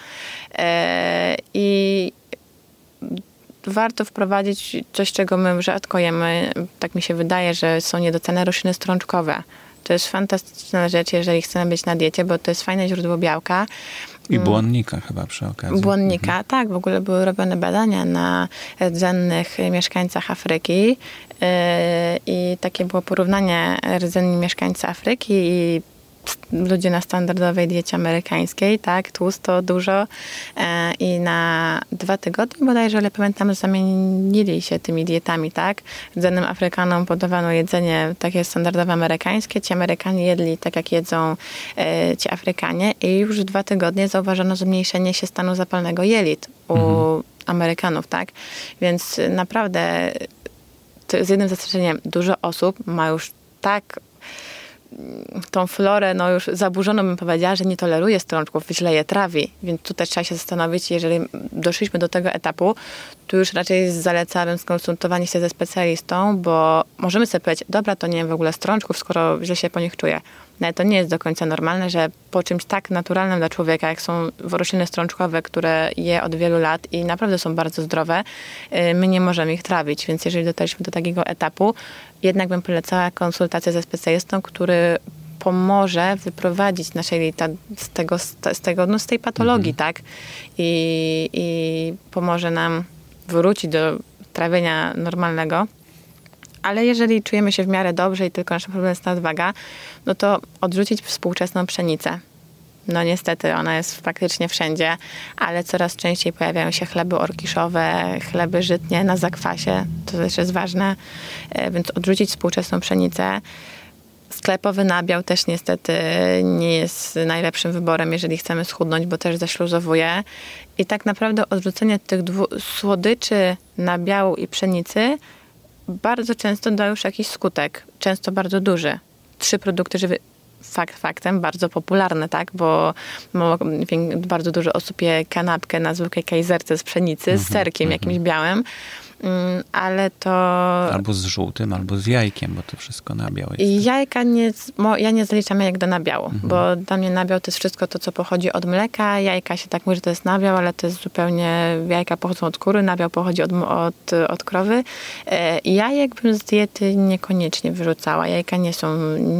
I warto wprowadzić coś, czego my rzadko jemy. Tak mi się wydaje, że są niedoceniane rośliny strączkowe. To jest fantastyczna rzecz, jeżeli chcemy być na diecie, bo to jest fajne źródło białka. I błonnika chyba przy okazji. Błonnika, tak. W ogóle były robione badania na rdzennych mieszkańcach Afryki i takie było porównanie rdzenni mieszkańcy Afryki i ludzie na standardowej diecie amerykańskiej, tak, tłusto, dużo i na 2 tygodnie bodajże, ale pamiętam, zamienili się tymi dietami, tak. Rdzennym Afrykanom podawano jedzenie takie standardowe amerykańskie, ci Amerykanie jedli tak, jak jedzą ci Afrykanie i już w 2 tygodnie zauważono zmniejszenie się stanu zapalnego jelit u Amerykanów, tak. Więc naprawdę to z jednym zastrzeżeniem, dużo osób ma już tak tą florę, no już zaburzoną bym powiedziała, że nie toleruje strączków, źle je trawi. Więc tu też trzeba się zastanowić, jeżeli doszliśmy do tego etapu, tu już raczej zalecałabym skonsultowanie się ze specjalistą, bo możemy sobie powiedzieć, dobra, to nie wiem w ogóle strączków, skoro źle się po nich czuję. No ale to nie jest do końca normalne, że po czymś tak naturalnym dla człowieka, jak są rośliny strączkowe, które je od wielu lat i naprawdę są bardzo zdrowe, my nie możemy ich trawić. Więc jeżeli dotarliśmy do takiego etapu, jednak bym polecała konsultację ze specjalistą, który pomoże wyprowadzić nasze jelita z tej patologii, tak? I pomoże nam wrócić do trawienia normalnego. Ale jeżeli czujemy się w miarę dobrze i tylko naszym problemem jest nadwaga, no to odrzucić współczesną pszenicę. No niestety, ona jest praktycznie wszędzie, ale coraz częściej pojawiają się chleby orkiszowe, chleby żytnie na zakwasie. To też jest ważne, więc odrzucić współczesną pszenicę. Sklepowy nabiał też niestety nie jest najlepszym wyborem, jeżeli chcemy schudnąć, bo też zaśluzowuje. I tak naprawdę odrzucenie tych słodyczy, nabiału i pszenicy bardzo często da już jakiś skutek. Często bardzo duży. 3 produkty żywe, faktem, bardzo popularne, tak? Bo bardzo dużo osób je kanapkę na zwykłej kajzerce z pszenicy, z serkiem jakimś białym. Ale to... Albo z żółtym, albo z jajkiem, bo to wszystko nabiał jest. Jajka ja nie zaliczam jajek do nabiału, bo dla mnie nabiał to jest wszystko to, co pochodzi od mleka. Jajka się tak mówi, że to jest nabiał, ale to jest zupełnie... Jajka pochodzą od kury, nabiał pochodzi od krowy. Jajek bym z diety niekoniecznie wyrzucała. Jajka nie są...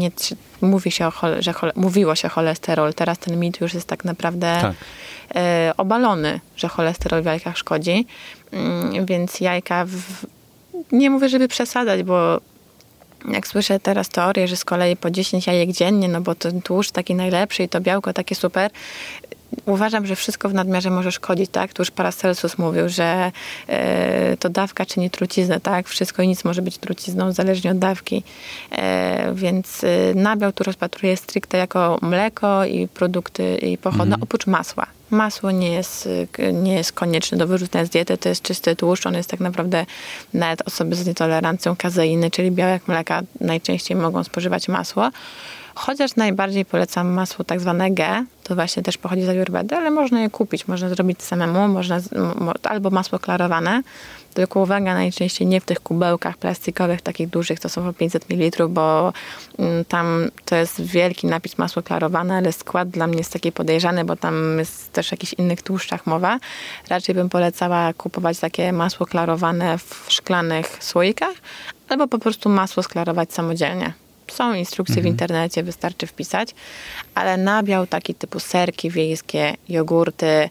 Mówiło się cholesterol. Teraz ten mit już jest tak naprawdę obalony, że cholesterol w jajkach szkodzi. Więc jajka, nie mówię, żeby przesadzać, bo jak słyszę teraz teorię, że z kolei po 10 jajek dziennie, no bo ten tłuszcz taki najlepszy i to białko takie super, uważam, że wszystko w nadmiarze może szkodzić, tak? Tu już Paracelsus mówił, że to dawka czyni truciznę, tak? Wszystko i nic może być trucizną, zależnie od dawki. Więc nabiał tu rozpatruję stricte jako mleko i produkty i pochodne, oprócz masła. Masło nie jest konieczne do wyrzucenia z diety, to jest czysty tłuszcz, on jest tak naprawdę, nawet osoby z nietolerancją kazeiny, czyli białek mleka, najczęściej mogą spożywać masło. Chociaż najbardziej polecam masło tak zwane G, to właśnie też pochodzi z Ajurvedy, ale można je kupić, można zrobić samemu, albo masło klarowane, tylko uwaga, najczęściej nie w tych kubełkach plastikowych, takich dużych, to są po 500 ml, bo tam to jest wielki napis masło klarowane, ale skład dla mnie jest taki podejrzany, bo tam jest też o jakichś innych tłuszczach mowa. Raczej bym polecała kupować takie masło klarowane w szklanych słoikach, albo po prostu masło sklarować samodzielnie. Są instrukcje w internecie, wystarczy wpisać, ale nabiał taki typu serki wiejskie, jogurty,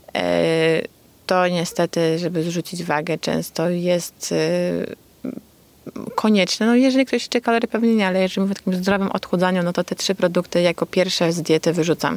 to niestety, żeby zrzucić wagę, często jest konieczne. No jeżeli ktoś liczy kalorie, pewnie nie, ale jeżeli mówię o takim zdrowym odchudzaniu, no to te 3 produkty jako pierwsze z diety wyrzucam.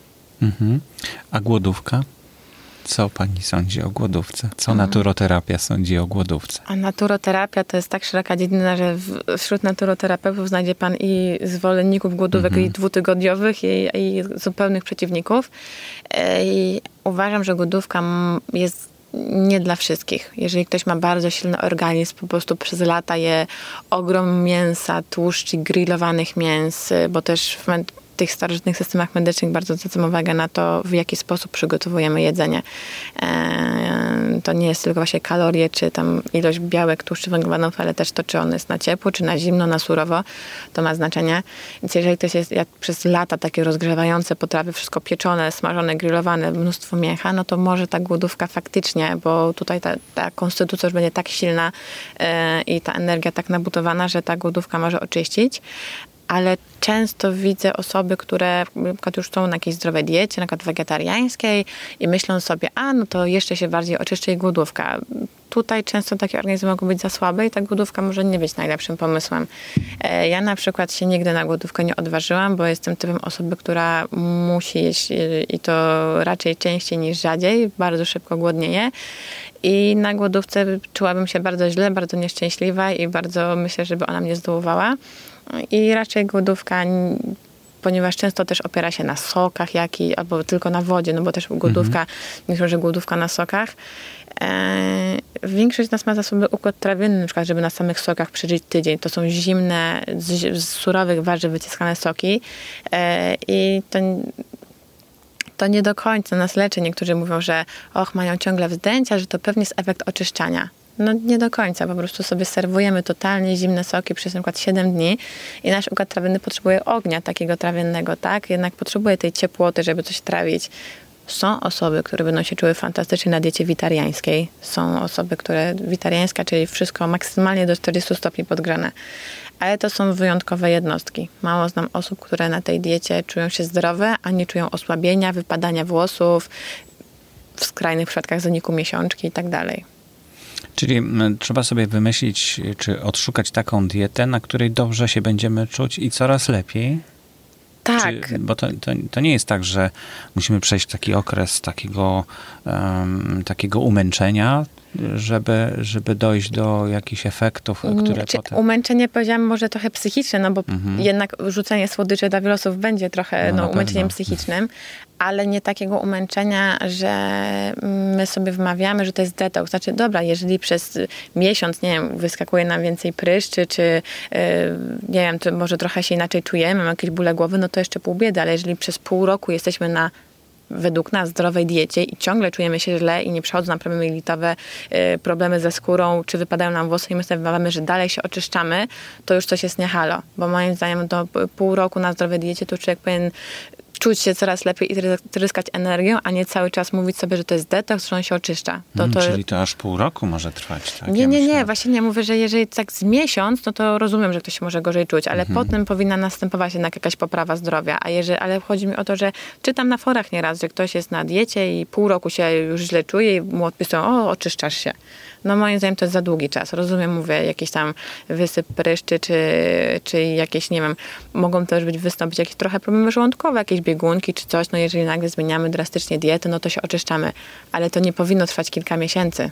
A głodówka? Co pani sądzi o głodówce? Co naturoterapia sądzi o głodówce? A naturoterapia to jest tak szeroka dziedzina, że wśród naturoterapeutów znajdzie pan i zwolenników głodówek i 2-tygodniowych i zupełnych przeciwników. I uważam, że głodówka jest nie dla wszystkich. Jeżeli ktoś ma bardzo silny organizm, po prostu przez lata je ogrom mięsa, tłuszczy, grillowanych mięs, bo też w tych starożytnych systemach medycznych bardzo zwracam uwagę na to, w jaki sposób przygotowujemy jedzenie. To nie jest tylko właśnie kalorie, czy tam ilość białek, tłuszczy, węglowodanów, ale też to, czy on jest na ciepło, czy na zimno, na surowo, to ma znaczenie. Więc jeżeli ktoś jest jak przez lata takie rozgrzewające potrawy, wszystko pieczone, smażone, grillowane, mnóstwo mięcha, no to może ta głodówka faktycznie, bo tutaj ta konstytucja już będzie tak silna i ta energia tak nabudowana, że ta głodówka może oczyścić. ale często widzę osoby, które na przykład już są na jakiejś zdrowej diecie, na przykład wegetariańskiej i myślą sobie, no to jeszcze się bardziej oczyszczę i głodówka. Tutaj często takie organizmy mogą być za słabe i ta głodówka może nie być najlepszym pomysłem. Ja na przykład się nigdy na głodówkę nie odważyłam, bo jestem typem osoby, która musi jeść i to raczej częściej niż rzadziej, bardzo szybko głodnieje. I na głodówce czułabym się bardzo źle, bardzo nieszczęśliwa i bardzo myślę, żeby ona mnie zdołowała. I raczej głodówka, ponieważ często też opiera się na sokach albo tylko na wodzie, no bo też głodówka, myślę, że głodówka na sokach. Większość z nas ma za sobą układ trawienny, na przykład, żeby na samych sokach przeżyć tydzień. To są zimne, z surowych warzyw wyciskane soki i to nie do końca nas leczy. Niektórzy mówią, że mają ciągle wzdęcia, że to pewnie jest efekt oczyszczania. No nie do końca, po prostu sobie serwujemy totalnie zimne soki przez na przykład 7 dni i nasz układ trawienny potrzebuje ognia takiego trawiennego, tak? Jednak potrzebuje tej ciepłoty, żeby coś trawić. Są osoby, które będą się czuły fantastycznie na diecie witariańskiej. Są osoby, które witariańska, czyli wszystko maksymalnie do 40 stopni podgrzane. Ale to są wyjątkowe jednostki. Mało znam osób, które na tej diecie czują się zdrowe, a nie czują osłabienia, wypadania włosów, w skrajnych przypadkach zaniku miesiączki i tak dalej. Czyli trzeba sobie wymyślić, czy odszukać taką dietę, na której dobrze się będziemy czuć i coraz lepiej. Tak. Bo to nie jest tak, że musimy przejść taki okres takiego umęczenia, żeby dojść do jakichś efektów, które potem... Umęczenie, powiedziałam, może trochę psychiczne, no bo jednak rzucenie słodyczy dla wielu osób będzie trochę umęczeniem psychicznym, ale nie takiego umęczenia, że my sobie wmawiamy, że to jest detoks. Znaczy, dobra, jeżeli przez miesiąc, nie wiem, wyskakuje nam więcej pryszczy, czy nie wiem, to może trochę się inaczej czujemy, mamy jakieś bóle głowy, no to jeszcze pół biedy, ale jeżeli przez pół roku jesteśmy według nas zdrowej diecie i ciągle czujemy się źle i nie przechodzą nam problemy jelitowe, problemy ze skórą, czy wypadają nam włosy i my sobie wmawiamy, że dalej się oczyszczamy, to już coś jest nie halo. Bo moim zdaniem do pół roku na zdrowej diecie to człowiek powinien czuć się coraz lepiej i tryskać energią, a nie cały czas mówić sobie, że to jest detoks, że on się oczyszcza. Czyli to aż pół roku może trwać, tak? Nie. Właśnie nie mówię, że jeżeli tak z miesiąc, no to rozumiem, że ktoś się może gorzej czuć, ale potem powinna następować jednak jakaś poprawa zdrowia. Ale chodzi mi o to, że czytam na forach nieraz, że ktoś jest na diecie i pół roku się już źle czuje i mu odpisują, oczyszczasz się. No moim zdaniem to jest za długi czas. Rozumiem, mówię, jakiś tam wysyp pryszczy, czy jakieś, nie wiem, mogą też wystąpić jakieś trochę problemy żołądkowe, jakieś biegunki czy coś. No jeżeli nagle zmieniamy drastycznie dietę, no to się oczyszczamy. Ale to nie powinno trwać kilka miesięcy.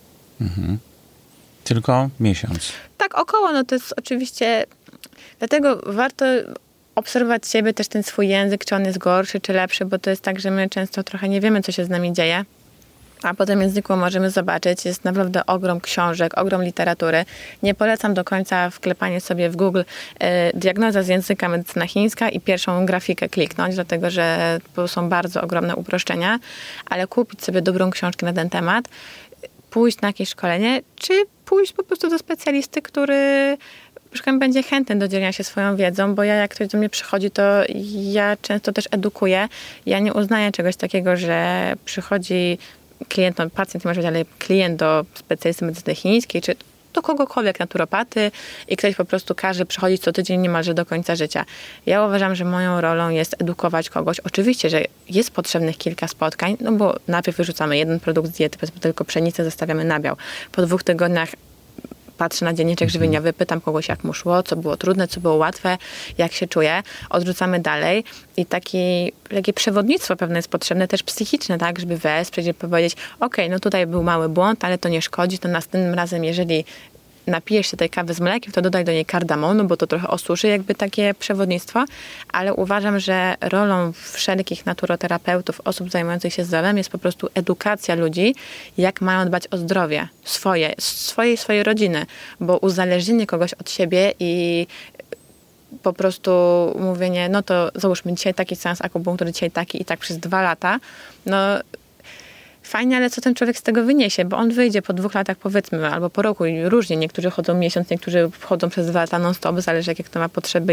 Tylko miesiąc. Tak, około. No to jest oczywiście... Dlatego warto obserwować siebie, też ten swój język, czy on jest gorszy, czy lepszy, bo to jest tak, że my często trochę nie wiemy, co się z nami dzieje. A po tym języku możemy zobaczyć, jest naprawdę ogrom książek, ogrom literatury. Nie polecam do końca wklepanie sobie w Google diagnoza z języka medycyna chińska i pierwszą grafikę kliknąć, dlatego że to są bardzo ogromne uproszczenia, ale kupić sobie dobrą książkę na ten temat, pójść na jakieś szkolenie, czy pójść po prostu do specjalisty, który będzie chętny do dzielenia się swoją wiedzą, bo jak ktoś do mnie przychodzi, to ja często też edukuję. Ja nie uznaję czegoś takiego, że przychodzi klient, pacjent nie może być, ale klient do specjalisty medycyny chińskiej, czy do kogokolwiek, naturopaty i ktoś po prostu każe przychodzić co tydzień niemalże do końca życia. Ja uważam, że moją rolą jest edukować kogoś. Oczywiście, że jest potrzebnych kilka spotkań, no bo najpierw wyrzucamy jeden produkt z diety, powiedzmy tylko pszenicę, zostawiamy nabiał. Po 2 tygodniach patrzę na dzienniczek żywieniowy, pytam kogoś, jak mu szło, co było trudne, co było łatwe, jak się czuje. Odrzucamy dalej i takie przewodnictwo pewne jest potrzebne, też psychiczne, tak, żeby wesprzeć, żeby powiedzieć, no tutaj był mały błąd, ale to nie szkodzi, to następnym razem, jeżeli napijesz się tej kawy z mlekiem, to dodaj do niej kardamonu, bo to trochę osuszy takie przewodnictwo, ale uważam, że rolą wszelkich naturoterapeutów, osób zajmujących się zdrowiem jest po prostu edukacja ludzi, jak mają dbać o zdrowie swojej rodziny, bo uzależnienie kogoś od siebie i po prostu mówienie, no to załóżmy dzisiaj taki seans akupunktury, dzisiaj taki i tak przez 2 lata, no fajnie, ale co ten człowiek z tego wyniesie? Bo on wyjdzie po 2 latach, powiedzmy, albo po roku i różnie. Niektórzy chodzą miesiąc, niektórzy chodzą przez 2 lata non-stop, zależy jakie kto ma potrzeby,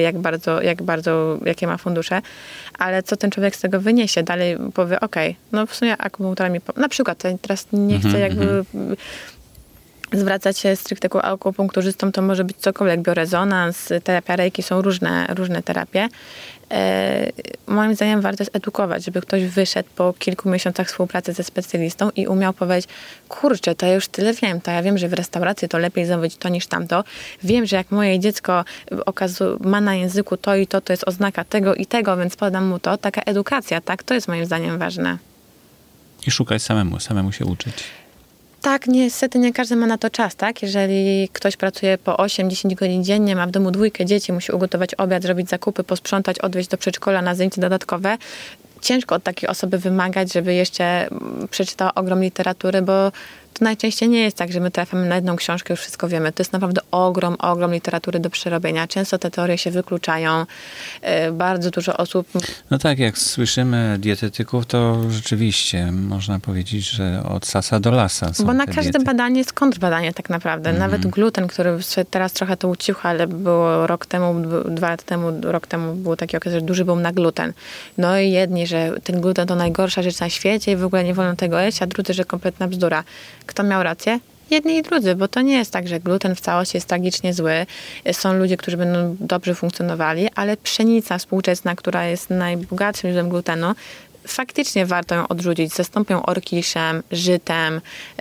jakie ma fundusze. Ale co ten człowiek z tego wyniesie? Dalej powie, no w sumie akupunktura mi... Na przykład, teraz nie chcę zwracać się stricte ku akupunkturzystom, to może być cokolwiek, biorezonans, terapia reiki, są różne terapie. Moim zdaniem warto jest edukować, żeby ktoś wyszedł po kilku miesiącach współpracy ze specjalistą i umiał powiedzieć, kurczę, to ja już tyle wiem, to ja wiem, że w restauracji to lepiej zamówić to niż tamto. Wiem, że jak moje dziecko ma na języku to i to jest oznaka tego i tego, więc podam mu to. Taka edukacja, tak? To jest moim zdaniem ważne. I szukać samemu się uczyć. Tak, niestety nie każdy ma na to czas, tak? Jeżeli ktoś pracuje po 8-10 godzin dziennie, ma w domu 2 dzieci, musi ugotować obiad, zrobić zakupy, posprzątać, odwieźć do przedszkola na zajęcia dodatkowe, ciężko od takiej osoby wymagać, żeby jeszcze przeczytała ogrom literatury, bo to najczęściej nie jest tak, że my trafiamy na jedną książkę, już wszystko wiemy. To jest naprawdę ogrom literatury do przerobienia. Często te teorie się wykluczają. Bardzo dużo osób... No tak, jak słyszymy dietetyków, to rzeczywiście można powiedzieć, że od sasa do lasa są Bo na te każde diety. badanie jest kontrbadanie tak naprawdę. Nawet gluten, który teraz trochę to ucichł, ale było rok temu, 2 lata temu, rok temu był taki okres, że duży boom na gluten. No i jedni, że ten gluten to najgorsza rzecz na świecie i w ogóle nie wolno tego jeść, a drudzy, że kompletna bzdura. Kto miał rację? Jedni i drudzy, bo to nie jest tak, że gluten w całości jest tragicznie zły. Są ludzie, którzy będą dobrze funkcjonowali, ale pszenica współczesna, która jest najbogatszym źródłem glutenu, faktycznie warto ją odrzucić. Zastąpią orkiszem, żytem,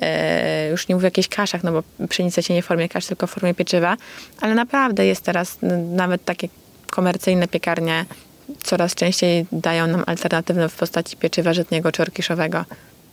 już nie mówię o jakichś kaszach, no bo pszenica się nie w formie kasz, tylko w formie pieczywa, ale naprawdę jest teraz nawet takie komercyjne piekarnie coraz częściej dają nam alternatywę w postaci pieczywa żytniego czy orkiszowego.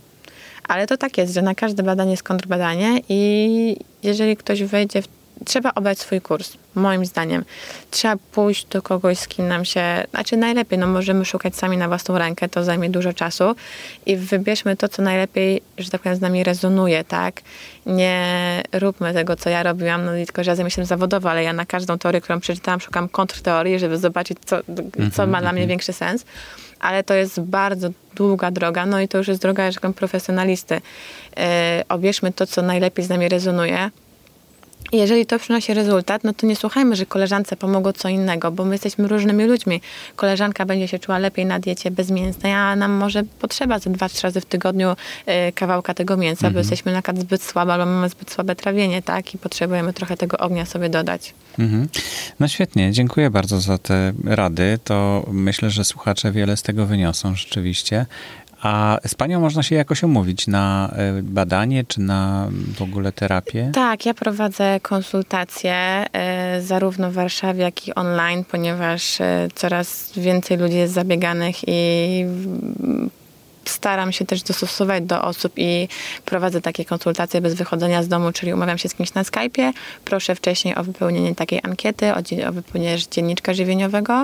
Ale to tak jest, że na każde badanie jest kontrbadanie i jeżeli ktoś wejdzie trzeba obrać swój kurs, moim zdaniem. Trzeba pójść do kogoś, z kim nam się... Znaczy najlepiej, no możemy szukać sami na własną rękę, to zajmie dużo czasu i wybierzmy to, co najlepiej, że tak powiem, z nami rezonuje, tak? Nie róbmy tego, co ja robiłam, no tylko, że ja zajmuję się tym zawodowo, ale ja na każdą teorię, którą przeczytałam, szukam kontrteorii, żeby zobaczyć, co ma dla mnie większy sens. Ale to jest bardzo długa droga, no i to już jest droga, jak powiem, profesjonalisty. Obierzmy to, co najlepiej z nami rezonuje. Jeżeli to przynosi rezultat, no to nie słuchajmy, że koleżance pomogło co innego, bo my jesteśmy różnymi ludźmi. Koleżanka będzie się czuła lepiej na diecie bezmięsnej, a nam może potrzeba ze 2-3 razy w tygodniu kawałka tego mięsa, bo jesteśmy na przykład zbyt słabe albo mamy zbyt słabe trawienie, tak? I potrzebujemy trochę tego ognia sobie dodać. No świetnie, dziękuję bardzo za te rady. To myślę, że słuchacze wiele z tego wyniosą rzeczywiście. A z panią można się jakoś umówić na badanie, czy na w ogóle terapię? Tak, ja prowadzę konsultacje zarówno w Warszawie, jak i online, ponieważ coraz więcej ludzi jest zabieganych i staram się też dostosować do osób i prowadzę takie konsultacje bez wychodzenia z domu, czyli umawiam się z kimś na Skype'ie, proszę wcześniej o wypełnienie takiej ankiety, o wypełnienie dzienniczka żywieniowego,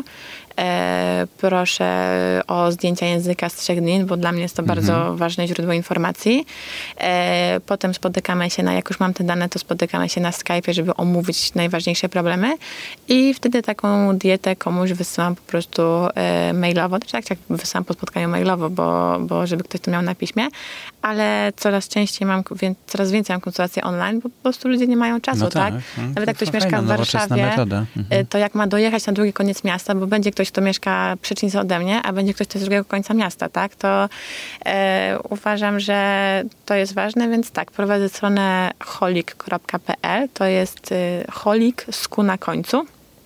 proszę o zdjęcia języka z 3 dni, bo dla mnie jest to bardzo ważne źródło informacji. Potem spotykamy się jak już mam te dane, to spotykamy się na Skype'ie, żeby omówić najważniejsze problemy i wtedy taką dietę komuś wysyłam po prostu mailowo, tak jak wysyłam po spotkaniu mailowo, bo żeby ktoś to miał na piśmie, ale coraz więcej mam konsultacje online, bo po prostu ludzie nie mają czasu, tak? Nawet jak ktoś mieszka w Warszawie, to jak ma dojechać na drugi koniec miasta, bo będzie ktoś, kto mieszka przecznicę ode mnie, a będzie ktoś, kto z drugiego końca miasta, tak? To uważam, że to jest ważne, więc tak, prowadzę stronę holik.pl, to jest holik z ku na końcu.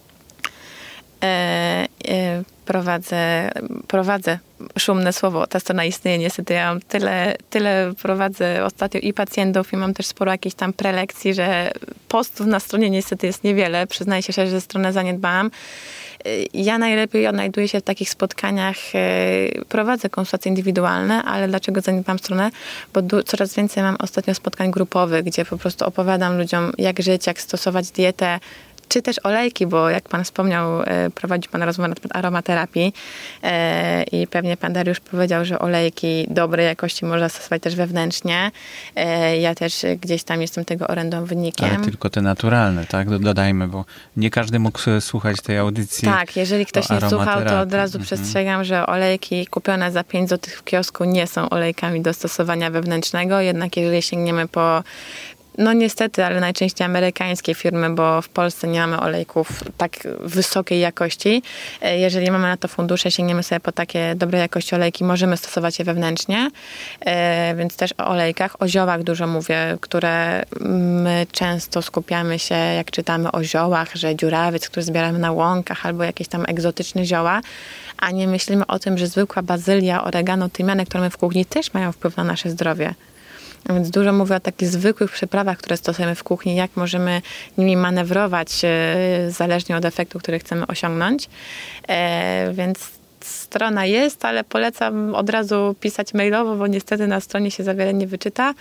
Prowadzę szumne słowo, ta strona istnieje niestety, ja mam tyle prowadzę ostatnio i pacjentów i mam też sporo jakichś tam prelekcji, że postów na stronie niestety jest niewiele, przyznaję się szczerze, że stronę zaniedbałam. Ja najlepiej odnajduję się w takich spotkaniach, prowadzę konsultacje indywidualne, ale dlaczego zaniedbałam stronę? Bo coraz więcej mam ostatnio spotkań grupowych, gdzie po prostu opowiadam ludziom, jak żyć, jak stosować dietę, czy też olejki, bo jak pan wspomniał, prowadzi pan rozmowę na temat aromaterapii i pewnie pan Dariusz powiedział, że olejki dobrej jakości można stosować też wewnętrznie. Ja też gdzieś tam jestem tego orędownikiem. Ale tylko te naturalne, tak? Dodajmy, bo nie każdy mógł słuchać tej audycji. Tak, jeżeli ktoś nie słuchał, to od razu przestrzegam, że olejki kupione za 5 zł w kiosku nie są olejkami do stosowania wewnętrznego, jednak jeżeli sięgniemy po No niestety, ale najczęściej amerykańskie firmy, bo w Polsce nie mamy olejków tak wysokiej jakości. Jeżeli mamy na to fundusze, sięgniemy sobie po takie dobrej jakości olejki, możemy stosować je wewnętrznie, więc też o olejkach, o ziołach dużo mówię, które my często skupiamy się, jak czytamy o ziołach, że dziurawiec, który zbieramy na łąkach, albo jakieś tam egzotyczne zioła, a nie myślimy o tym, że zwykła bazylia, oregano, tymianek, które mamy w kuchni, też mają wpływ na nasze zdrowie. Więc dużo mówię o takich zwykłych przyprawach, które stosujemy w kuchni, jak możemy nimi manewrować zależnie od efektu, który chcemy osiągnąć. Więc strona jest, ale polecam od razu pisać mailowo, bo niestety na stronie się za wiele nie wyczyta.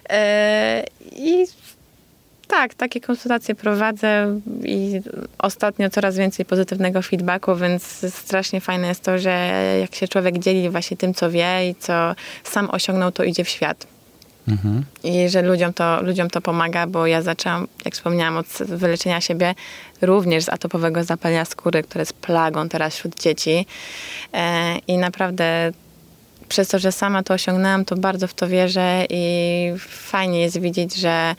I tak, takie konsultacje prowadzę i ostatnio coraz więcej pozytywnego feedbacku, więc strasznie fajne jest to, że jak się człowiek dzieli właśnie tym, co wie i co sam osiągnął, to idzie w świat. I że ludziom to pomaga, bo ja zaczęłam, jak wspomniałam, od wyleczenia siebie również z atopowego zapalenia skóry, które jest plagą teraz wśród dzieci. I naprawdę przez to, że sama to osiągnęłam, to bardzo w to wierzę i fajnie jest widzieć, że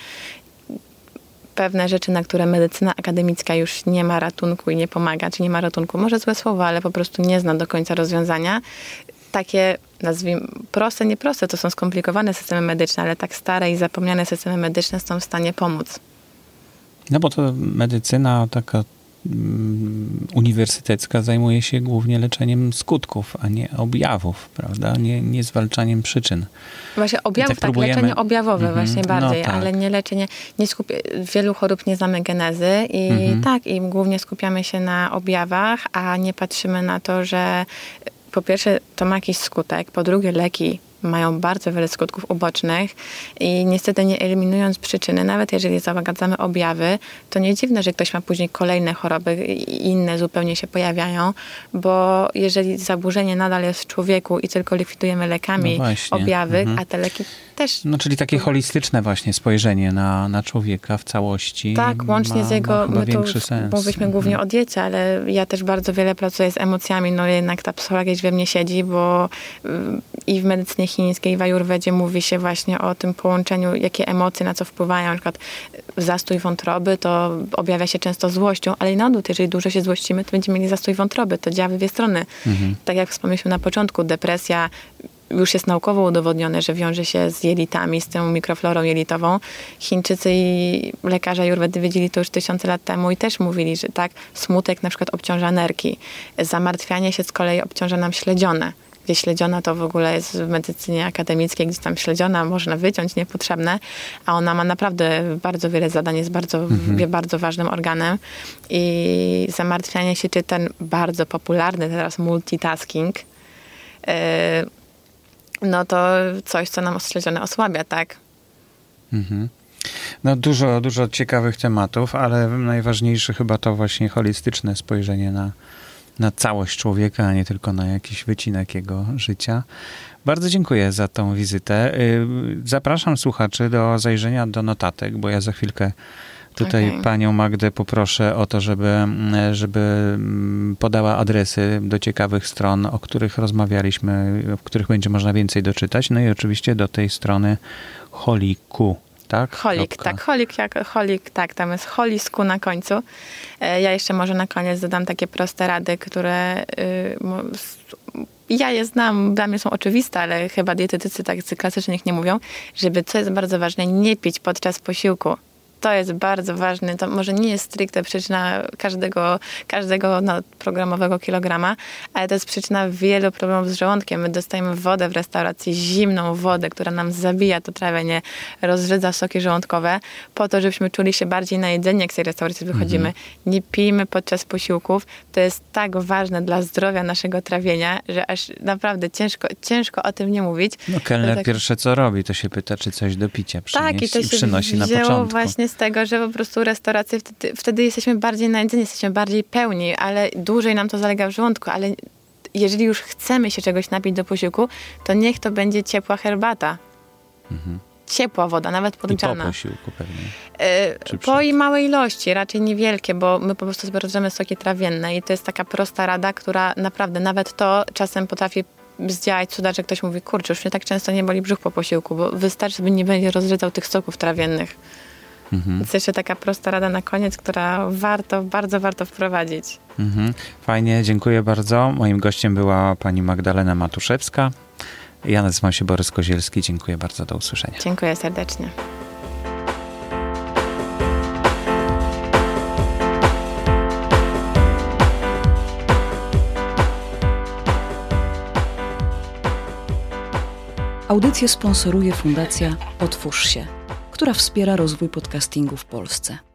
pewne rzeczy, na które medycyna akademicka już nie ma ratunku i nie pomaga, czy nie ma ratunku, może złe słowo, ale po prostu nie zna do końca rozwiązania. Takie, nazwijmy, proste, nieproste, to są skomplikowane systemy medyczne, ale tak stare i zapomniane systemy medyczne są w stanie pomóc. No bo to medycyna taka uniwersytecka zajmuje się głównie leczeniem skutków, a nie objawów, prawda? Nie zwalczaniem przyczyn. Właśnie objawów, tak, leczenie objawowe właśnie bardziej, no tak. Ale nie leczenie, wielu chorób nie znamy genezy i tak, i głównie skupiamy się na objawach, a nie patrzymy na to, że po pierwsze to ma jakiś skutek, po drugie leki mają bardzo wiele skutków ubocznych i niestety nie eliminując przyczyny, nawet jeżeli zagadzamy objawy, to nie dziwne, że ktoś ma później kolejne choroby i inne zupełnie się pojawiają, bo jeżeli zaburzenie nadal jest w człowieku i tylko likwidujemy lekami objawy, a te leki też... No czyli takie holistyczne właśnie spojrzenie na człowieka w całości. Tak, łącznie z jego... My tu mówiliśmy głównie o diecie, ale ja też bardzo wiele pracuję z emocjami, no jednak ta psychologia we mnie siedzi, bo i w medycynie chińskiej, w ajurwedzie mówi się właśnie o tym połączeniu, jakie emocje na co wpływają. Na przykład zastój wątroby to objawia się często złością, ale i na odwrót, jeżeli dużo się złościmy, to będziemy mieli zastój wątroby. To działa w dwie strony. Tak jak wspomnieliśmy na początku, depresja już jest naukowo udowodnione, że wiąże się z jelitami, z tą mikroflorą jelitową. Chińczycy i lekarze ajurwedy wiedzieli to już 1000 lat temu i też mówili, że tak, smutek na przykład obciąża nerki. Zamartwianie się z kolei obciąża nam śledzione. Gdzie śledziona to w ogóle jest w medycynie akademickiej, gdzie tam śledziona można wyciąć, niepotrzebne, a ona ma naprawdę bardzo wiele zadań, jest bardzo ważnym organem i zamartwianie się, czy ten bardzo popularny teraz multitasking, no to coś, co nam śledzione osłabia, tak? No dużo ciekawych tematów, ale najważniejsze chyba to właśnie holistyczne spojrzenie na całość człowieka, a nie tylko na jakiś wycinek jego życia. Bardzo dziękuję za tą wizytę. Zapraszam słuchaczy do zajrzenia do notatek, bo ja za chwilkę tutaj panią Magdę poproszę o to, żeby podała adresy do ciekawych stron, o których rozmawialiśmy, w których będzie można więcej doczytać. No i oczywiście do tej strony Holiku. Tak? Holik, tam jest holisku na końcu. Ja jeszcze może na koniec dodam takie proste rady, które ja je znam, dla mnie są oczywiste, ale chyba dietetycy tak klasycznie niech nie mówią, żeby, co jest bardzo ważne, nie pić podczas posiłku. To jest bardzo ważne. To może nie jest stricte przyczyna każdego programowego kilograma, ale to jest przyczyna wielu problemów z żołądkiem. My dostajemy wodę w restauracji, zimną wodę, która nam zabija to trawienie, rozrzedza soki żołądkowe, po to, żebyśmy czuli się bardziej najedzeni, jak z tej restauracji wychodzimy. Nie pijmy podczas posiłków. To jest tak ważne dla zdrowia naszego trawienia, że aż naprawdę ciężko o tym nie mówić. No kelner pierwsze co robi, to się pyta, czy coś do picia przynieść i przynosi na początku. Właśnie z tego, że po prostu restauracje, wtedy jesteśmy bardziej najedzeni, jesteśmy bardziej pełni, ale dłużej nam to zalega w żołądku, ale jeżeli już chcemy się czegoś napić do posiłku, to niech to będzie ciepła herbata. Ciepła woda, nawet podgrzana. I po posiłku pewnie. Po i małej ilości, raczej niewielkie, bo my po prostu zbierzemy soki trawienne i to jest taka prosta rada, która naprawdę, nawet to czasem potrafi zdziałać cuda, że ktoś mówi, kurczę, już mnie tak często nie boli brzuch po posiłku, bo wystarczy, żeby nie będzie rozrydzał tych soków trawiennych. Więc jeszcze taka prosta rada na koniec, która bardzo warto wprowadzić. Fajnie, dziękuję bardzo. Moim gościem była pani Magdalena Matuszewska. Ja nazywam się Borys Kozielski. Dziękuję bardzo, do usłyszenia. Dziękuję serdecznie. Audycję sponsoruje Fundacja Otwórz się, która wspiera rozwój podcastingu w Polsce.